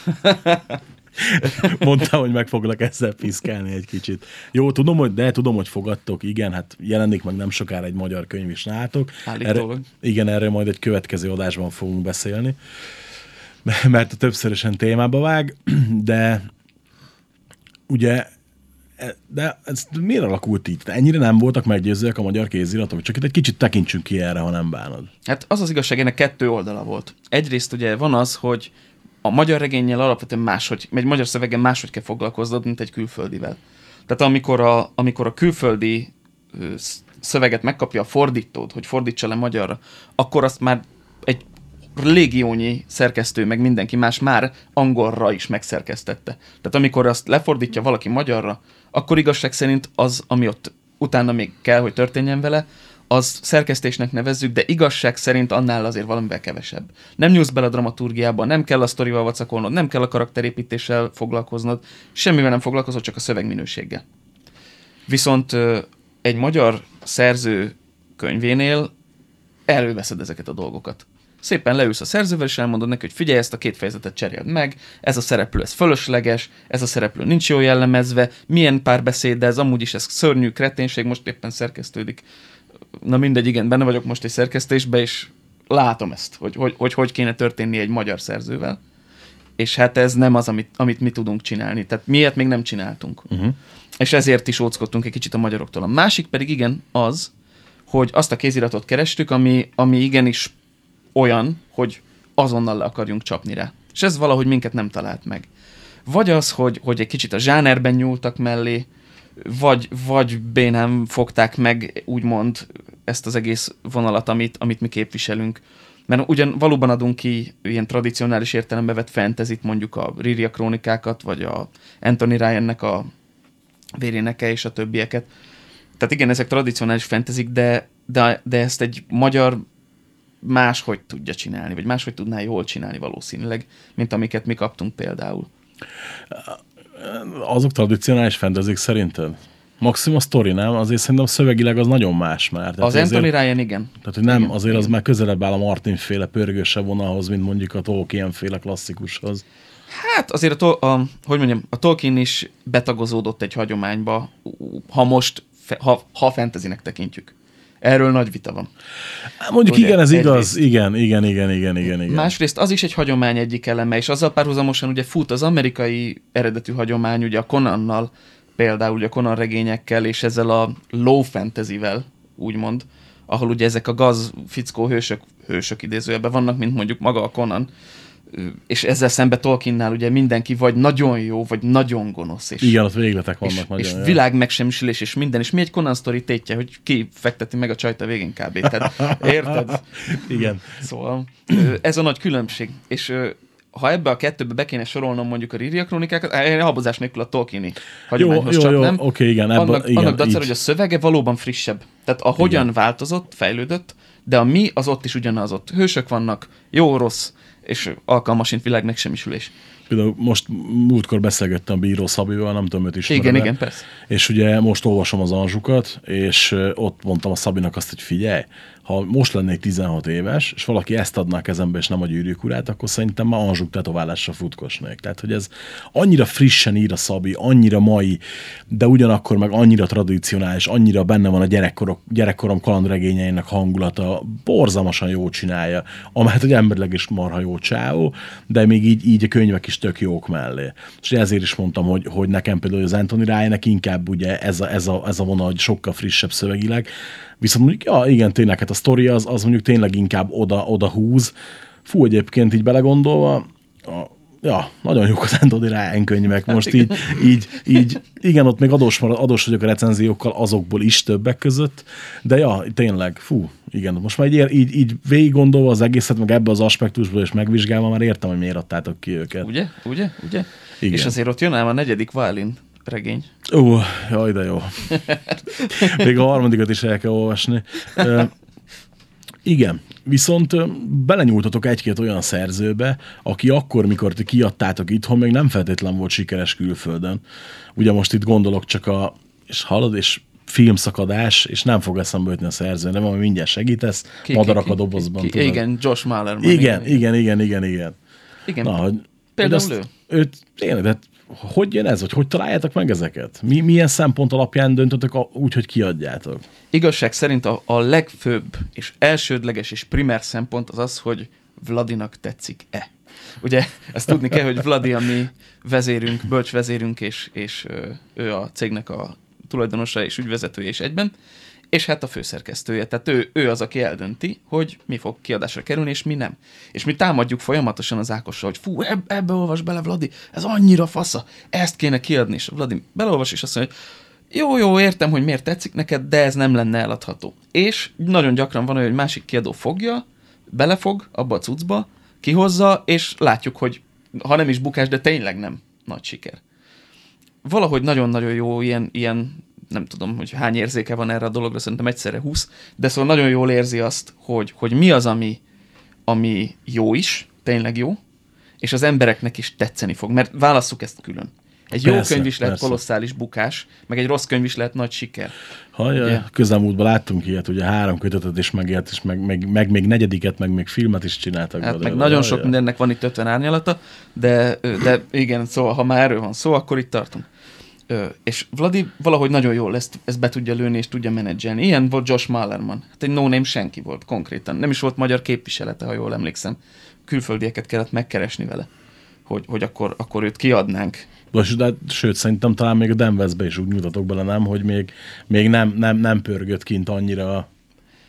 Mondtam, hogy meg foglak ezzel piszkálni egy kicsit. Jó, tudom, hogy fogadtok, igen, hát jelenik meg nem sokára egy magyar könyv is nálatok. Erről majd egy következő adásban fogunk beszélni, mert többszörösen témába vág, de ugye de ez miért alakult így? Ennyire nem voltak meggyőzőek a magyar kéziratok? Csak itt egy kicsit tekintsünk ki erre, ha nem bánod. Hát az igazság, ennek 2 oldala volt. Egyrészt ugye van az, hogy a magyar regénnyel alapvetően máshogy, egy magyar szöveggel máshogy kell foglalkoznod, mint egy külföldivel. Tehát amikor a külföldi szöveget megkapja a fordítód, hogy fordítsa le magyarra, akkor azt már egy légiónyi szerkesztő, meg mindenki más már angolra is megszerkesztette. Tehát amikor azt lefordítja valaki magyarra, akkor igazság szerint az, ami ott utána még kell, hogy történjen vele, az szerkesztésnek nevezzük, de igazság szerint annál azért valamivel kevesebb. Nem nyúlsz bele a dramaturgiába, nem kell a sztorival vacakolnod, nem kell a karakterépítéssel foglalkoznod, semmivel nem foglalkozol, csak a szövegminőséggel. Viszont egy magyar szerző könyvénél előveszed ezeket a dolgokat. Szépen leülsz a szerzővel, és elmondod neki, hogy figyelj, ezt a 2 fejezetet cseréld meg, ez a szereplő, ez fölösleges, ez a szereplő nincs jól jellemezve, milyen párbeszéd, de ez amúgy is ez szörnyű kreténség, most éppen szerkesztődik. Na mindegy, igen, benne vagyok most egy szerkesztésbe, és látom ezt, hogy kéne történni egy magyar szerzővel. És hát ez nem az, amit mi tudunk csinálni. Tehát miért még nem csináltunk. És ezért is óckodtunk egy kicsit a magyaroktól. A másik pedig igen az, hogy azt a kéziratot kerestük, ami igenis olyan, hogy azonnal le akarjunk csapni rá. És ez valahogy minket nem talált meg. Vagy az, hogy egy kicsit a zsánerben nyúltak mellé, vagy bénán fogták meg, úgymond, ezt az egész vonalat, amit mi képviselünk. Mert ugyan valóban adunk ki ilyen tradicionális értelembe vett fantasyt, mondjuk a Ríria krónikákat, vagy a Anthony Ryannek a Véréneke és a többieket. Tehát igen, ezek tradicionális fantasyk, de ezt egy magyar máshogy tudja csinálni, vagy máshogy tudná jól csinálni valószínűleg, mint amiket mi kaptunk például. Azok tradicionális fantasyk szerinted? Maximum a sztori, nem? Azért szerintem szövegileg az nagyon más már. Tehát az Anthony Ryan, igen. Tehát, hogy nem, igen, azért igen. Az már közelebb áll a Martin-féle pörgősebb vonalhoz, mint mondjuk a Tolkien-féle klasszikushoz. Hát azért a Tolkien is betagozódott egy hagyományba, ha fantasynek tekintjük. Erről nagy vita van. Mondjuk ugye, igen, ez igaz. Igen. Másrészt az is egy hagyomány egyik eleme, és azzal párhuzamosan ugye fut az amerikai eredetű hagyomány, ugye a Conannal, például ugye a Conan regényekkel, és ezzel a low fantasyvel, úgymond, ahol ugye ezek a gaz fickó hősök idézőjelben vannak, mint mondjuk maga a Conan, és ezzel szemben Tolkiennál ugye mindenki vagy nagyon jó, vagy nagyon gonosz. És, igen, ott végletek vannak nagyon. És világ megsemmisülés, és minden, és mi egy Conan sztori tétje, hogy ki fekteti meg a csajt a végén kb. Tehát, érted? Igen. Szóval ez a nagy különbség. És ha ebbe a kettőbe be kéne sorolnom mondjuk a Ríria krónikákat, én habozás nélkül a Tolkieni hagyományhoz csak nem. Oké, igen. Annak dacára, hogy a szövege valóban frissebb. Tehát a hogyan változott, fejlődött, de a mi az ott is ugyanaz ott. Hősök vannak, jó-rossz, és alkalmasint világ megsemmisülés. Például most múltkor beszélgettem a Bíró Szabival, nem tudom, őt ismerem. Igen, persze. És ugye most olvasom az Anzsukat, és ott mondtam a Szabinak azt, hogy figyelj, ha most lennék 16 éves, és valaki ezt adná a kezembe, és nem a Gyűrűk urát, akkor szerintem már Anzsuk tetoválásra futkosnék. Tehát, hogy ez annyira frissen ír a Szabi, annyira mai, de ugyanakkor meg annyira tradicionális, annyira benne van a gyerekkorom kalandregényeinek hangulata, borzalmasan jól csinálja, amelyet egy emberleg is marha jó csávó, de még így a könyvek is tök jók mellé. És ezért is mondtam, hogy nekem például az Anthony Ryannek inkább ugye ez a vonal, hogy sokkal frissebb szövegileg. Viszont mondjuk, ja, igen, tényleg, hát a sztori az mondjuk tényleg inkább oda húz. Fú, egyébként így belegondolva, nagyon jók az Anthony Ryan könyvek. Most így igen, ott még adós vagyok a recenziókkal azokból is többek között, de ja, tényleg, igen, most már így végig gondolva az egészet, meg ebbe az aspektusból és megvizsgálva már értem, hogy miért adtátok ki őket. Ugye? Igen. És azért ott jön ám a 4. Violin regény. Jaj, de jó. Még a 3. is el kell olvasni. Igen, viszont belenyúltatok egy-két olyan szerzőbe, aki akkor, mikor ti kiadtátok itthon, még nem feltétlen volt sikeres külföldön. Ugye most itt gondolok csak és filmszakadás, és nem fog eszembe jutni a szerző, de majd mindjárt segítesz, madarak a dobozban. Igen, Josh Malerman. Igen. Igen, Na, például ő. Tényleg, de hogy jön ez, vagy hogy találjátok meg ezeket? Milyen szempont alapján döntötök úgy, hogy kiadjátok? Igazság szerint a legfőbb és elsődleges és primer szempont az, hogy Vladinak tetszik-e. Ugye ezt tudni kell, hogy Vladi a mi vezérünk, bölcsvezérünk, és ő a cégnek a tulajdonosa és ügyvezetője is egyben, és hát a főszerkesztője. Tehát ő az, aki eldönti, hogy mi fog kiadásra kerülni, és mi nem. És mi támadjuk folyamatosan az Ákossal, hogy fú, ebbe olvas bele, Vladi, ez annyira fasza, ezt kéne kiadni. És Vladi beleolvas, és azt mondja, hogy jó, értem, hogy miért tetszik neked, de ez nem lenne eladható. És nagyon gyakran van olyan, hogy másik kiadó fogja, belefog abba a cuccba, kihozza, és látjuk, hogy ha nem is bukás, de tényleg nem nagy siker. Valahogy nagyon-nagyon jó ilyen nem tudom, hogy hány érzéke van erre a dologra, szerintem egyszerre 20, de szóval nagyon jól érzi azt, hogy mi az, ami jó is, tényleg jó, és az embereknek is tetszeni fog, mert válasszuk ezt külön. Egy jó könyv is lehet kolosszális bukás, meg egy rossz könyv is lehet nagy siker. Közelmúltban láttunk ilyet, ugye 3 kötetet is megélt, és meg még 4., meg még filmet is csináltak. Hát meg nagyon sok mindennek van itt 50 árnyalata, de igen, szóval ha már erről van szó, akkor itt tartunk. És Vladi valahogy nagyon jól ezt be tudja lőni, és tudja menedzselni. Ilyen volt Josh Malerman. Hát egy no-name senki volt konkrétan. Nem is volt magyar képviselete, ha jól emlékszem. Külföldieket kellett megkeresni vele, hogy akkor őt kiadnánk. Sőt, szerintem talán még a Danversbe is úgy nyújtatok bele, nem, hogy még nem pörgött kint annyira.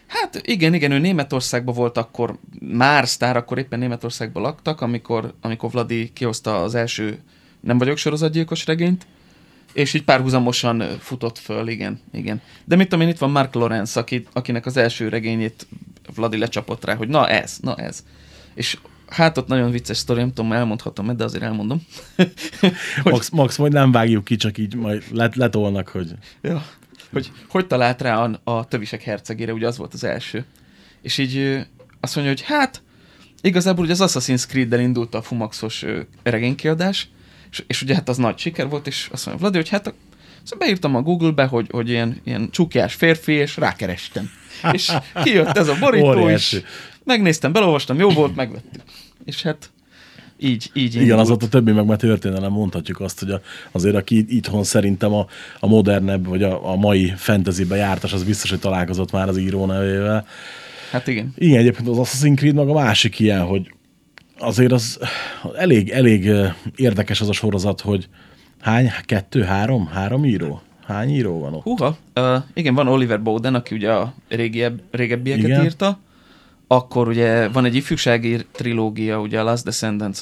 Hát igen, ő Németországban volt akkor, már sztár, akkor éppen Németországban laktak, amikor Vladi kihozta az első Nem vagyok sorozatgyilkos regényt, és így párhuzamosan futott föl, igen. De mit tudom én, itt van Mark Lawrence, akinek az első regényét Vladi lecsapott rá, hogy na ez. És hát ott nagyon vicces sztori, nem tudom, elmondhatom, de azért elmondom. Max, majd nem vágjuk ki, csak így majd letolnak, hogy... Ja, hogy talált rá a Tövisek hercegére, ugye az volt az első. És így azt mondja, hogy hát igazából ugye az Assassin's Creed-del indult a Fumaxos regénykiadás, és ugye hát az nagy siker volt, és azt mondja Vladi, hogy hát szóval beírtam a Google-be, hogy ilyen csukjás férfi, és rákerestem. És kijött ez a borító is, megnéztem, belolvastam, jó volt, megvettük. És hát így igen, az ott a többi meg már történelem, mondhatjuk azt, hogy azért aki itthon szerintem a modernebb, vagy a mai fantasybe jártas, az biztos, hogy találkozott már az író nevével. Hát igen. Igen, egyébként az Assassin's Creed meg a másik ilyen, hogy azért az elég érdekes az a sorozat, hogy hány? 2, 3 író? Hány író van ott? Húha, igen, van Oliver Bowden, aki ugye a régebbieket igen. írta, akkor ugye van egy ifjúsági trilógia, ugye a Last Descendants,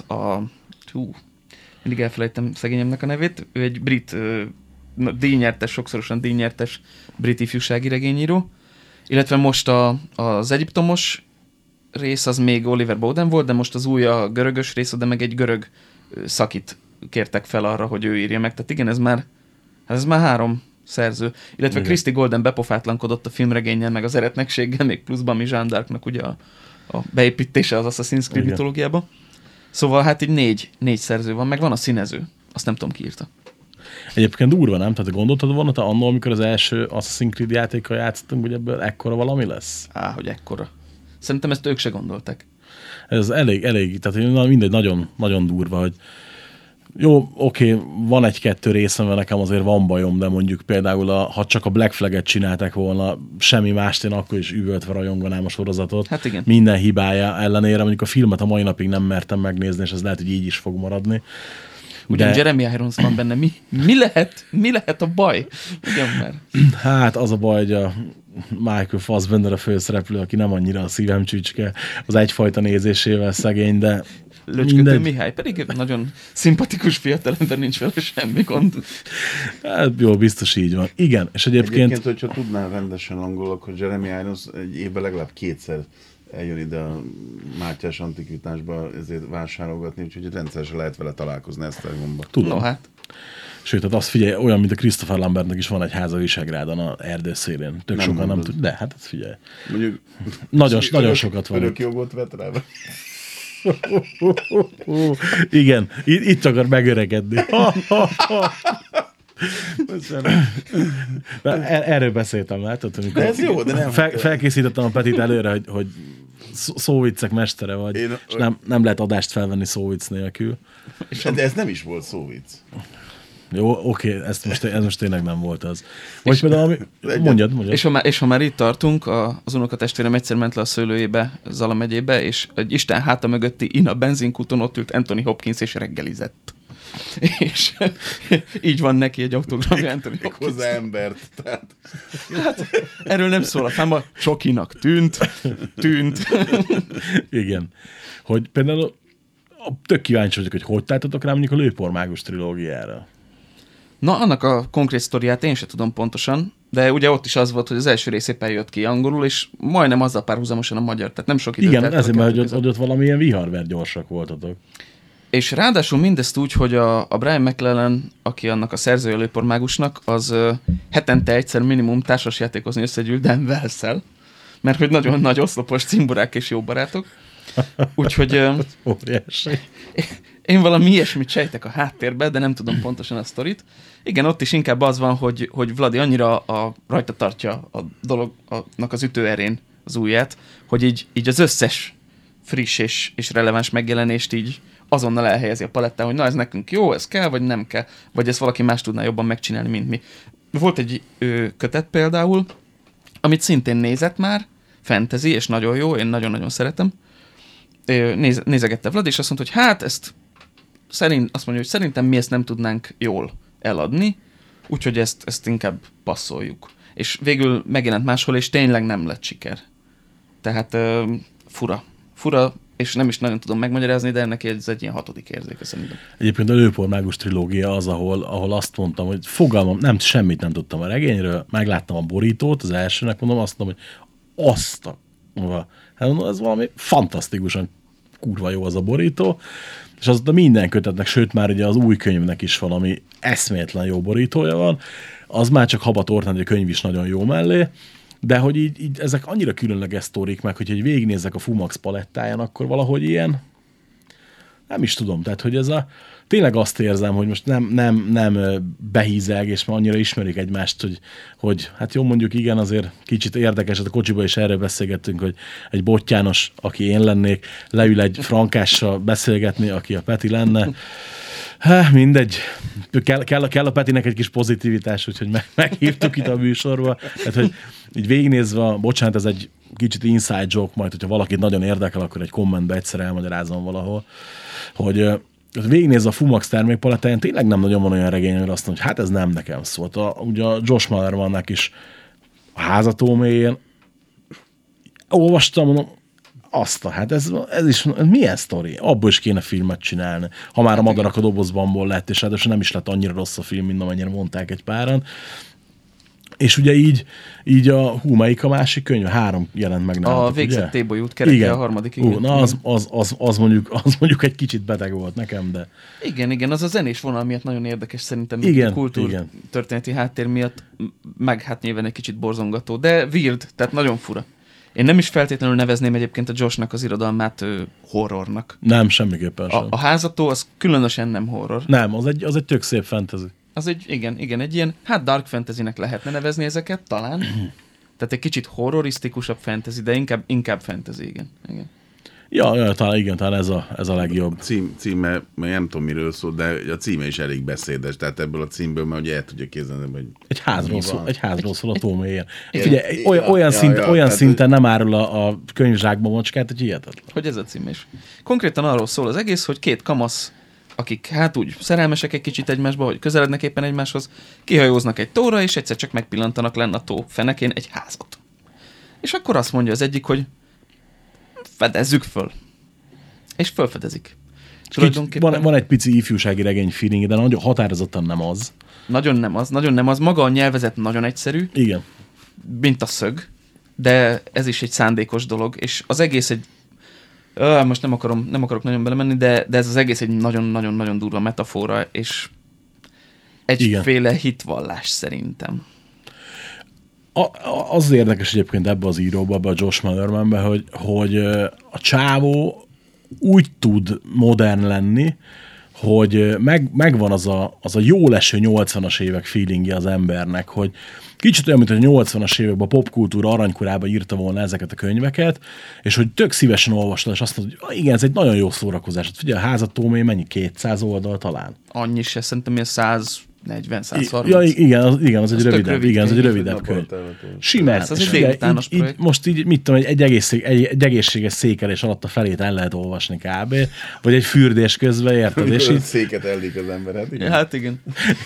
mindig elfelejtem szegényemnek a nevét, ő egy brit díjnyertes, sokszorosan díjnyertes brit ifjúsági regényíró, illetve most az egyiptomos rész az még Oliver Bowden volt, de most az új a görögös rész, de meg egy görög szakit kértek fel arra, hogy ő írja meg. Tehát igen, ez már 3 szerző. Illetve Christy Golden bepofátlankodott a filmregénnyel, meg az eretnekséggel, még pluszban mi Jeanne d'Arcnak ugye a beépítése az Assassin's Creed mitológiába. Szóval hát így 4 szerző van, meg van a színező. Azt nem tudom, ki írta. Egyébként durva, nem? Tehát gondoltad volna, te annól, amikor az első Assassin's Creed játékkal játszottunk, hogy ebből ekkora valami lesz? Hogy ekkora. Szerintem ezt ők se gondolták. Ez elég, tehát mindegy, nagyon, nagyon durva, hogy jó, oké, van 1-2 részem, mert nekem azért van bajom, de mondjuk például, ha csak a Black Flag-et csinálták volna, semmi mást, én akkor is üvöltve rajonganám a sorozatot. Hát igen. Minden hibája ellenére, mondjuk a filmet a mai napig nem mertem megnézni, és ez lehet, hogy így is fog maradni. Ugyan Jeremy Irons van benne, mi lehet a baj? Ugyan már. Hát az a baj, hogy a Michael Fassbender a főszereplő, aki nem annyira a szívem csücske, az egyfajta nézésével szegény, de Löcskötő Mihály, pedig nagyon szimpatikus fiatalember, nincs vele semmi gond. Hát jó, biztos így van. Igen, és egyébként hogyha tudnál rendesen angolok, hogy Jeremy Irons egy évben legalább 2-szer eljön ide a Mátyás Antikvitásba ezért vásárolgatni, úgyhogy rendszeresen lehet vele találkozni Esztergomba. tudom. No hát. Sőt, hát azt figyelj, olyan, mint a Christopher Lambertnek is van egy háza Visegrádon, a erdő szélén. Tök Nem sokan mondod. nem tudják. De hát ezt figyelj. Mondjuk Nagyon sokat van. Örök jogot vett rá. Igen, itt akar megöregedni. Erről beszéltem, látod? Amikor De ez jó, de nem. felkészítettem a Petit előre, hogy szóviccek mestere vagy, és nem lehet adást felvenni szóvic nélkül. De ez nem is volt szóvic. Jó, oké, ez most tényleg nem volt az. Vagy például, mondjad. És ha már itt tartunk, az unokatestvérem egyszer ment le a szőlőjébe, Zala megyébe, és egy Isten háta mögötti Ina benzinkúton ott ült Anthony Hopkins, és reggelizett. És így van neki egy autogramja Anthony Hopkins. Hozzá embert. Tehát. Hát, erről nem szól a fáma, csokinak tűnt. Igen. Hogy például tök kíváncsi vagyok, hogy találtatok rá mondjuk a Lőpormágus trilógiára. Na, annak a konkrét sztoriát én sem tudom pontosan, de ugye ott is az volt, hogy az első rész éppen jött ki angolul, és majdnem azzal párhuzamosan a magyar, tehát nem sok időt. Igen, ezért, mert hogy ott valamilyen viharver gyorsak voltatok. És ráadásul mindezt úgy, hogy a Brian McClellan, aki annak a szerzője Lőpormágusnak, az hetente egyszer minimum társasjátékozni összegyűlt Dan Wells-szel, mert hogy nagyon nagy oszlopos cimborák és jó barátok. Úgyhogy óriási. én valami ilyesmit sejtek a háttérbe, de nem tudom pontosan a sztorit. Igen, ott is inkább az van, hogy Vladi annyira rajta tartja a dolognak az ütőerén az ujját, hogy így az összes friss és releváns megjelenést így azonnal elhelyezi a palettán, hogy na ez nekünk jó, ez kell, vagy nem kell, vagy ezt valaki más tudná jobban megcsinálni, mint mi. Volt egy kötet például, amit szintén nézett már, fantasy, és nagyon jó, én nagyon-nagyon szeretem. Nézegette Vlad, és azt mondta, hogy hát azt mondja, hogy szerintem mi ezt nem tudnánk jól eladni, úgyhogy ezt inkább passzoljuk. És végül megjelent máshol, és tényleg nem lett siker. Tehát fura, és nem is nagyon tudom megmagyarázni, de ennek ez egy ilyen 6. érzéke szerintem. Egyébként a Lőpormágus trilógia az, ahol azt mondtam, hogy fogalmam, semmit nem tudtam a regényről, megláttam a borítót, az elsőnek mondom, azt mondom, hogy hát mondom, ez valami fantasztikusan kurva jó az a borító, és azóta minden kötetnek, sőt már ugye az új könyvnek is valami eszméletlen jó borítója van, az már csak habatort, hogy a könyv is nagyon jó mellé, de hogy így ezek annyira különleges sztorik meg, hogy végignézzek a Fumax palettáján, akkor valahogy ilyen, nem is tudom, tehát hogy ez tényleg azt érzem, hogy most nem behízelg, és már annyira ismerik egymást, hogy hát jó, mondjuk igen, azért kicsit érdekes, a kocsiba is erről beszélgettünk, hogy egy Bottyános, aki én lennék, leül egy frankással beszélgetni, aki a Peti lenne. Mindegy. Kell a Petinek egy kis pozitivitás, úgyhogy meghívtuk itt a műsorba. Tehát, hogy így végignézve, bocsánat, ez egy kicsit inside joke, majd, hogyha valakit nagyon érdekel, akkor egy kommentbe egyszer elmagyarázom valahol, hogy végignézve a Fumax termékpalettáján tényleg nem nagyon van olyan regény, amire azt mondja, hogy hát ez nem nekem szólt. Ugye a Josh Malermannak is a Házató mélyén olvastam, mondom, hát ez is milyen sztori? Abból is kéne filmet csinálni. Ha már a Madarak a dobozbanból lett, és ráadásul nem is lett annyira rossz a film, mint amennyire mondták egy páran. És ugye így melyik a másik könyv? 3 jelent meg nálatok, a Végzett T-bolyút kereke a 3. Igen. Na, az mondjuk egy kicsit beteg volt nekem, de... Igen, az a zenés vonal miatt nagyon érdekes szerintem. Igen, a kultúrtörténeti háttér miatt, meg hát nyilván egy kicsit borzongató, de weird, tehát nagyon fura. Én nem is feltétlenül nevezném egyébként a Joshnak az irodalmát horrornak. Nem, semmiképpen sem. A Házató az különösen nem horror. Nem, az egy tök szép fantasy. Az egy, igen, egy ilyen, hát dark fantasynek lehetne nevezni ezeket, talán. Tehát egy kicsit horrorisztikusabb fantasy, de inkább fantasy, igen. Ja, talán ez a legjobb. Címe, nem tudom miről szól, de a címe is elég beszédes, tehát ebből a címből már ugye el tudja képzelni, hogy egy házról szól a tó mélyen. Figyelj, olyan szinten nem árul a könyvzsákba macskát, hogy hihetetlen. Hogy ez a cím is. Konkrétan arról szól az egész, hogy 2 kamasz, akik hát úgy szerelmesek egy kicsit egymásba, hogy közelednek éppen egymáshoz, kihajóznak egy tóra, és egyszer csak megpillantanak lenn a tó fenekén egy házat. És akkor azt mondja az egyik, hogy fedezzük föl. És fölfedezik. Van egy pici ifjúsági regény feeling, de nagyon határozottan nem az. Nagyon nem az. Maga a nyelvezet nagyon egyszerű. Igen. Mint a szög. De ez is egy szándékos dolog. És az egész egy... most nem akarok nagyon belemenni, de ez az egész egy nagyon-nagyon-nagyon durva metafora, és egyféle hitvallás szerintem. Az érdekes egyébként ebbe az íróba, ebbe a Josh Malermanbe, hogy a csávó úgy tud modern lenni, hogy megvan az a jól eső 80-as évek feelingje az embernek, hogy kicsit olyan, mint hogy a 80-as években a popkultúra aranykorában írta volna ezeket a könyveket, és hogy tök szívesen olvastad, és azt mondod, hogy igen, ez egy nagyon jó szórakozás. Figyelj, a Házató mély mennyi? 200 oldal talán? Annyi se, szerintem ilyen 140-130. Ja, igen, az egy rövidebb könyv. Simán. Ez egy délutános projekt. Most így, mit tudom, egy egészséges székelés alatt a felét el lehet olvasni kb. Vagy egy fürdés közben, érted? És így... Széket ellik az ember, hát igen. Hát igen.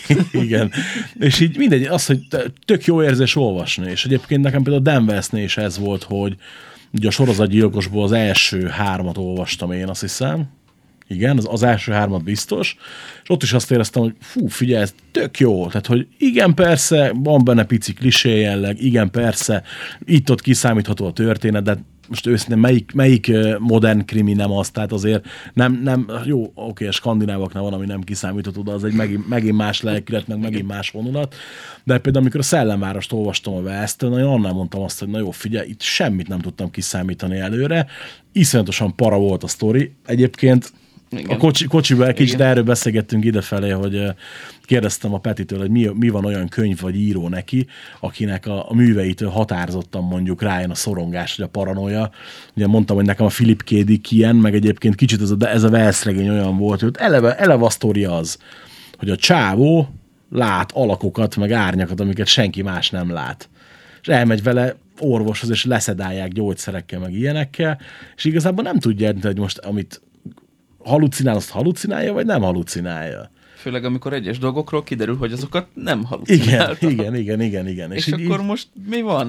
Igen. És így mindegy, az, hogy tök jó érzés olvasni. És egyébként nekem például Dan Westnél is ez volt, hogy ugye a Sorozatgyilkosból az első 3 olvastam én, azt hiszem. Igen, az első 3 biztos, és ott is azt éreztem, hogy figyelj, ez tök jó, tehát, hogy igen, persze, van benne pici klisé jelleg, igen, persze, itt-ott kiszámítható a történet, de most őszintén melyik modern krimi nem az, tehát azért nem jó, oké, a skandinávoknál van, ami nem kiszámítható, de az egy megint más lelkület, meg megint más vonulat, de például amikor a Szellemvárost olvastam a West-től, nagyon annál mondtam azt, hogy na jó, figyelj, itt semmit nem tudtam kiszámítani előre, iszonyatosan para volt a sztori, egyébként. Igen. A kocsiban egy kicsit erről beszélgettünk idefelé, hogy kérdeztem a Petitől, hogy mi van olyan könyv vagy író neki, akinek a műveitől határozottan mondjuk rájön a szorongás, vagy a paranoia. Ugye mondtam, hogy nekem a Philip K. Dick ilyen, meg egyébként kicsit ez a Wells regény olyan volt, hogy eleve a sztoria az, hogy a csávó lát alakokat, meg árnyakat, amiket senki más nem lát. És elmegy vele orvoshoz, és leszedálják gyógyszerekkel, meg ilyenekkel, és igazából nem tudja, hogy most amit halucinál, azt halucinálja, vagy nem halucinálja. Főleg, amikor egyes dolgokról kiderül, hogy azokat nem halucinálta. Igen. És akkor most mi van?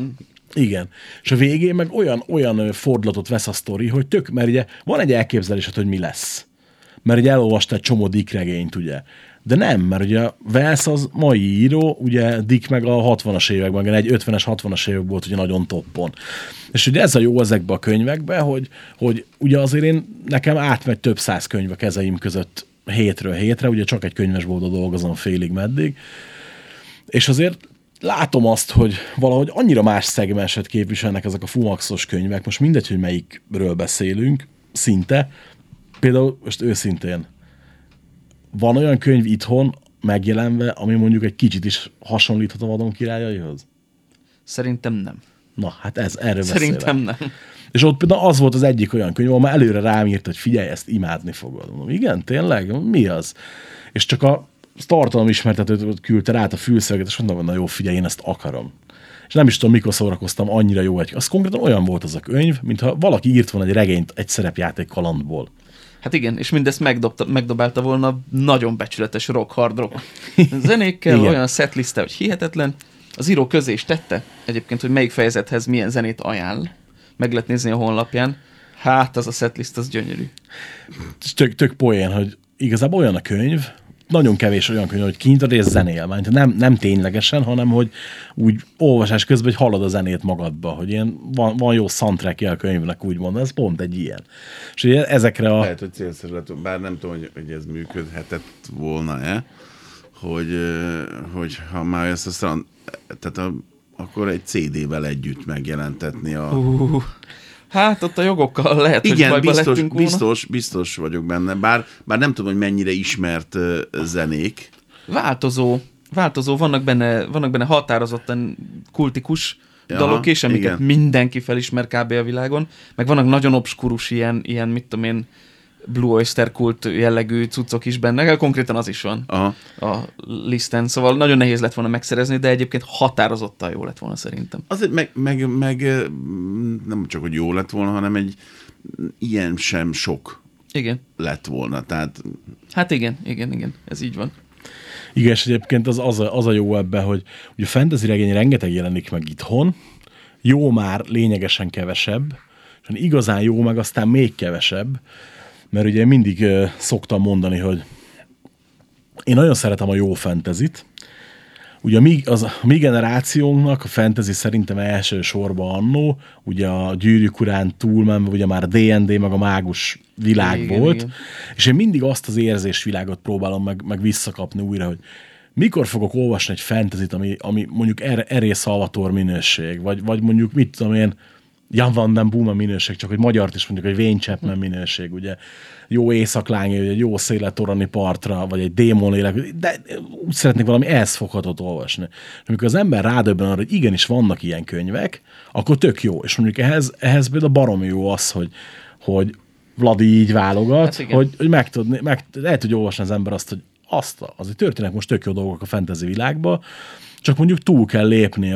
Igen. És a végén meg olyan fordulatot vesz a sztori, hogy mert ugye van egy elképzelésed, hogy mi lesz. Mert ugye elolvastál egy csomó Dick regényt, ugye. De nem, mert ugye Wells az mai író, ugye Dick meg a 60-as években, egy 50-es, 60-as évek volt ugye nagyon toppon. És ugye ez a jó ezekben a könyvekben, hogy ugye azért nekem átmegy több száz könyv a kezeim között hétről hétre, ugye csak egy könyvesboltban dolgozom félig meddig, és azért látom azt, hogy valahogy annyira más szegmenset képviselnek ezek a fumaxos könyvek, most mindegy, hogy melyikről beszélünk, szinte. Például most őszintén, van olyan könyv itthon megjelenve, ami mondjuk egy kicsit is hasonlíthat a Vadon királyaihoz? Szerintem nem. Na, hát erről Szerintem beszélek. nem. És ott például az volt az egyik olyan könyv, ahol már előre rám írt, hogy figyelj, ezt imádni fogod. Mondom, igen, tényleg? Mi az? És csak a tartalamismertetőt küldte rá a fülszöveget, és mondom, na jó, figyelj, én ezt akarom. És nem is tudom, mikor szórakoztam annyira jó az konkrétan olyan volt az a könyv, mintha valaki írt volna egy regényt egy szerepjáték kalandból. Hát igen, és mindezt megdobálta volna nagyon becsületes hard rock zenékkel, Igen. olyan setliste, hogy hihetetlen. Az író közé is tette egyébként, hogy melyik fejezethez milyen zenét ajánl. Meg lehet nézni a honlapján. Hát, az a setlist, az gyönyörű. Tök poén, hogy igazából olyan a könyv, nagyon kevés olyan könyv, hogy kinyitod és zenél. Nem ténylegesen, hanem hogy úgy olvasás közben, hogy hallod a zenét magadba, hogy ilyen van jó soundtrackje a könyvnek, úgymond. Ez pont egy ilyen. És ugye ezekre a... Lehet, hogy célszerű lett, bár nem tudom, hogy ez működhetett volna-e, hogy ha már ezt tehát akkor egy CD-vel együtt megjelentetni a... Hát ott a jogokkal lehet, Igen, hogy bajba lettünk volna. biztos vagyok benne, bár nem tudom, hogy mennyire ismert zenék. Változó, vannak benne határozottan kultikus dalok is, amiket igen. mindenki felismer kb. A világon, meg vannak nagyon obskurus ilyen mit tudom én, Blue Oyster Cult jellegű cuccok is benne, konkrétan az is van a listen, szóval nagyon nehéz lett volna megszerezni, de egyébként határozottan jó lett volna szerintem. Azért meg nem csak, hogy jó lett volna, hanem egy ilyen sem sok Igen. lett volna, tehát... Hát igen, ez így van. Igen, és egyébként az a jó ebben, hogy ugye a fantasy regény rengeteg jelenik meg itthon, jó már lényegesen kevesebb, és igazán jó meg aztán még kevesebb, mert ugye mindig szoktam mondani, hogy én nagyon szeretem a jó fantasyt. Ugye a mi generációnknak a fantasy szerintem elsősorban annó, ugye a Gyűrűk urán túlmenve, ugye már a D&D meg a mágus világ igen, volt, igen. És én mindig azt az érzésvilágot próbálom meg visszakapni újra, hogy mikor fogok olvasni egy fantasyt, ami mondjuk Eré Salvatore minőség, vagy mondjuk mit tudom én, Jan van den Boom minőség, csak hogy magyart is mondjuk, hogy Wayne Chapman minőség, ugye jó éjszaklány, egy jó szélet toroni partra, vagy egy démon lélek, de úgy szeretnék valami elszfoghatót olvasni. Amikor az ember rádöbben arra, hogy igenis vannak ilyen könyvek, akkor tök jó. És mondjuk ehhez például baromi jó az, hogy Vladi így válogat, hát hogy lehet tudja olvasni az ember azt, hogy azért történnek most tök jó dolgok a fantasy világba, csak mondjuk túl kell lépni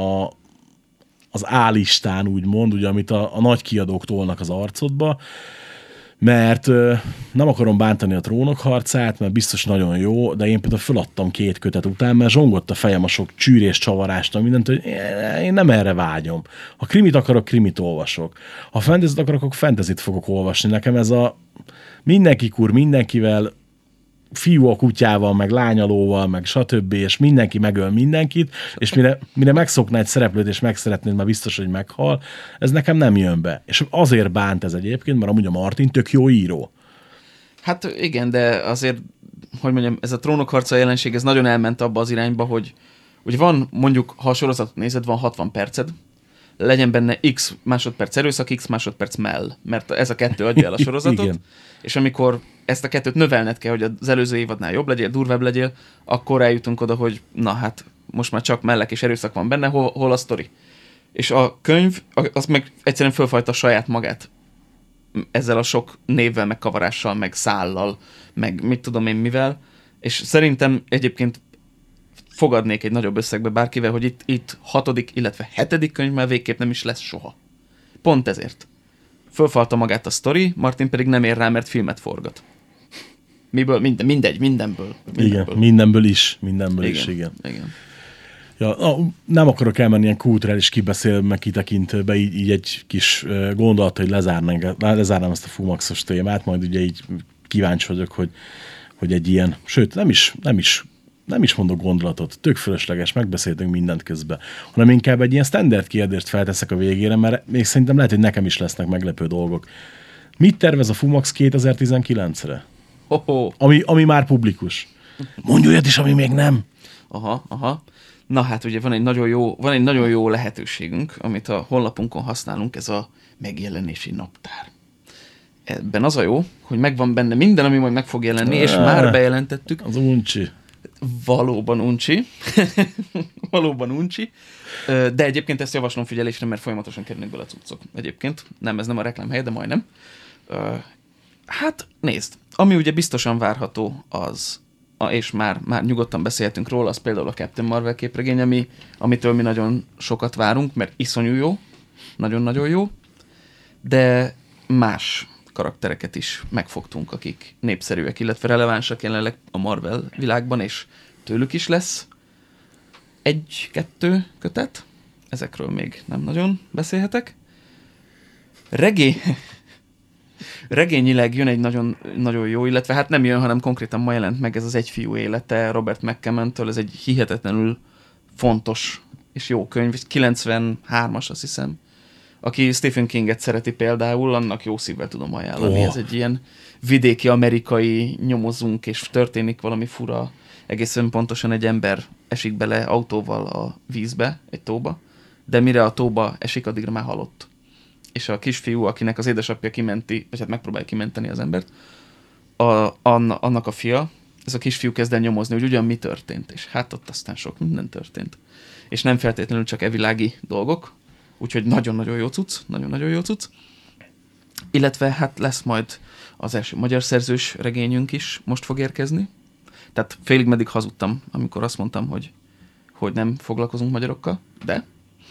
az A-listán, úgymond, ugye, amit a nagy kiadók tolnak az arcodba, mert nem akarom bántani a Trónok harcát, mert biztos nagyon jó, de én például föladtam 2 kötet után, mert zsongott a fejem a sok csűrés csavarást, mindent, hogy én nem erre vágyom. Ha krimit akarok, krimit olvasok. Ha fantasyt akarok, akkor fantasyt fogok olvasni. Nekem ez a mindenki kur mindenkivel, fiú a kutyával, meg lányalóval, meg stb., és mindenki megöl mindenkit, és mire megszokná egy szereplőt, és megszeretnéd, már biztos, hogy meghal, ez nekem nem jön be. És azért bánt ez egyébként, mert amúgy a Martin tök jó író. Hát igen, de azért, hogy mondjam, ez a Trónok harca jelenség, ez nagyon elment abba az irányba, hogy van mondjuk, ha a sorozatot nézed, van 60 perced, legyen benne x másodperc erőszak, x másodperc mell, mert ez a 2 adja el a sorozatot, Igen. és amikor ezt a 2-t növelned kell, hogy az előző évadnál jobb legyél, durvább legyél, akkor eljutunk oda, hogy na hát, most már csak mellek és erőszak van benne, hol a sztori. És a könyv, az meg egyszerűen fölfajta saját magát ezzel a sok névvel, meg kavarással, meg szállal, meg mit tudom én mivel, és szerintem egyébként fogadnék egy nagyobb összegbe bárkivel, hogy itt 6., illetve 7. könyv már végképp nem is lesz soha. Pont ezért. Fölfalta magát a sztori, Martin pedig nem ér rá, mert filmet forgat. Miből? Mindenből. Igen, mindenből is, igen. Igen. Ja, nem akarok elmenni ilyen kulturális kibeszélve, kitekintőbe, így egy kis gondolat, hogy lezárnám ezt a Fumaxos témát, majd ugye így kíváncsi vagyok, hogy egy ilyen, sőt, nem is mondok gondolatot, tök fölösleges, megbeszéltünk mindent közben, hanem inkább egy ilyen standard kérdést felteszek a végére, mert még szerintem lehet, hogy nekem is lesznek meglepő dolgok. Mit tervez a Fumax 2019-re? Ami már publikus. Mondj olyat is, ami még nem. Aha. Na hát ugye van egy nagyon jó lehetőségünk, amit a honlapunkon használunk, ez a megjelenési naptár. Ebben az a jó, hogy megvan benne minden, ami majd meg fog jelenni, és már bejelentettük. Az uncsi. Valóban uncsi. Valóban uncsi. De egyébként ezt javaslom figyelésre, mert folyamatosan kerülnek bele cuccok. Egyébként ez nem a reklám helye, de majdnem. Hát nézd, ami ugye biztosan várható az, és már nyugodtan beszélhetünk róla, az például a Captain Marvel képregény, amitől mi nagyon sokat várunk, mert iszonyú jó, nagyon-nagyon jó, de más karaktereket is megfogtunk, akik népszerűek, illetve relevánsak jelenleg a Marvel világban, és tőlük is lesz 1-2 kötet, ezekről még nem nagyon beszélhetek. Regényileg jön egy nagyon, nagyon jó, illetve hát nem jön, hanem konkrétan ma jelent meg ez az Egy fiú élete Robert McCammon-től, ez egy hihetetlenül fontos és jó könyv, 93-as azt hiszem. Aki Stephen Kinget szereti például, annak jó szívvel tudom ajánlani. Ez egy ilyen vidéki amerikai nyomozunk, és történik valami fura, egészen pontosan egy ember esik bele autóval a vízbe, egy tóba, de mire a tóba esik, addigra már halott. És a kisfiú, akinek az édesapja kimenti, vagy hát megpróbálja kimenteni az embert, annak a fia, ez a kisfiú kezd el nyomozni, hogy ugyan mi történt, és hát ott aztán sok minden történt. És nem feltétlenül csak evilági dolgok, úgyhogy nagyon-nagyon jó cucc, nagyon-nagyon jó cucc. Illetve hát lesz majd az első magyar szerzős regényünk is, most fog érkezni. Tehát félig meddig hazudtam, amikor azt mondtam, hogy nem foglalkozunk magyarokkal, de...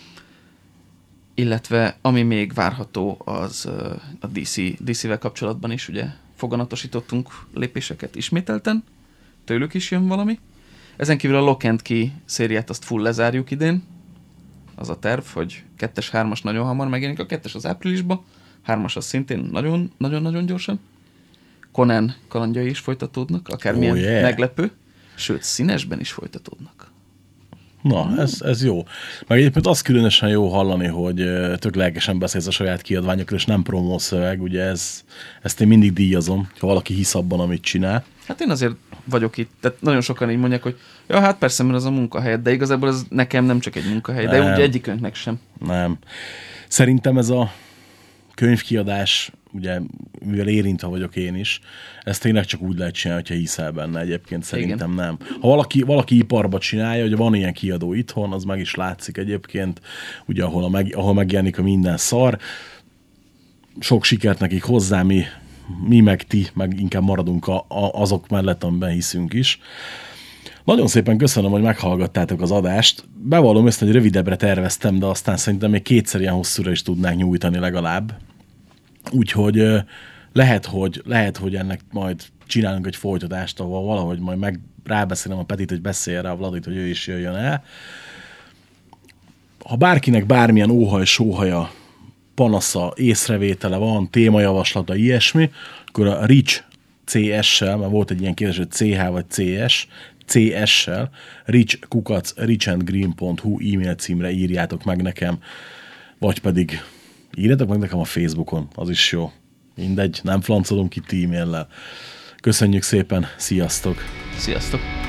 Illetve ami még várható, az a DC-vel kapcsolatban is, ugye foganatosítottunk lépéseket ismételten, tőlük is jön valami. Ezen kívül a Lock and Key szériát azt full lezárjuk idén. Az a terv, hogy 2-es, 3-as nagyon hamar megjelenik. A 2-es az áprilisban, 3-as az szintén nagyon-nagyon gyorsan. Conan kalandjai is folytatódnak, akármilyen meglepő. Sőt, színesben is folytatódnak. Na, ez jó. Meg egyébként az különösen jó hallani, hogy tök lelkesen beszélsz a saját kiadványokról, és nem promószöveg, ugye ezt én mindig díjazom, ha valaki hisz abban, amit csinál. Hát én azért vagyok itt, tehát nagyon sokan így mondják, hogy ja, hát persze, mert az a munkahely, de igazából ez nekem nem csak egy munkahely, de úgy egyikünknek sem. Nem. Szerintem ez a könyvkiadás, ugye, mivel érintve vagyok én is, ezt tényleg csak úgy lehet csinálni, hogyha hiszel benne, egyébként szerintem nem. Ha valaki iparba csinálja, ugye van ilyen kiadó itthon, az meg is látszik egyébként, ugye ahol megjelenik a minden szar. Sok sikert nekik hozzá, mi meg ti, meg inkább maradunk azok mellett, amiben hiszünk is. Nagyon szépen köszönöm, hogy meghallgattátok az adást. Bevallom ezt, hogy rövidebbre terveztem, de aztán szerintem még 2-szer ilyen hosszúra is tudnánk nyújtani legalább. Úgyhogy lehet, hogy ennek majd csinálunk egy folytatást, ahol valahogy majd rábeszélem a Petit, hogy beszélje rá a Vladit, hogy ő is jöjjön el. Ha bárkinek bármilyen óhaj-sóhaja, panasza, észrevétele van, témajavaslata, ilyesmi, akkor a Rich CS-sel, mert volt egy ilyen kérdés, hogy CH vagy CS, CS-sel, richandgreen.hu e-mail címre írjátok meg nekem, vagy pedig írjátok meg nekem a Facebookon, az is jó. Mindegy, nem flancolunk itt e-maillel. Köszönjük szépen, sziasztok! Sziasztok!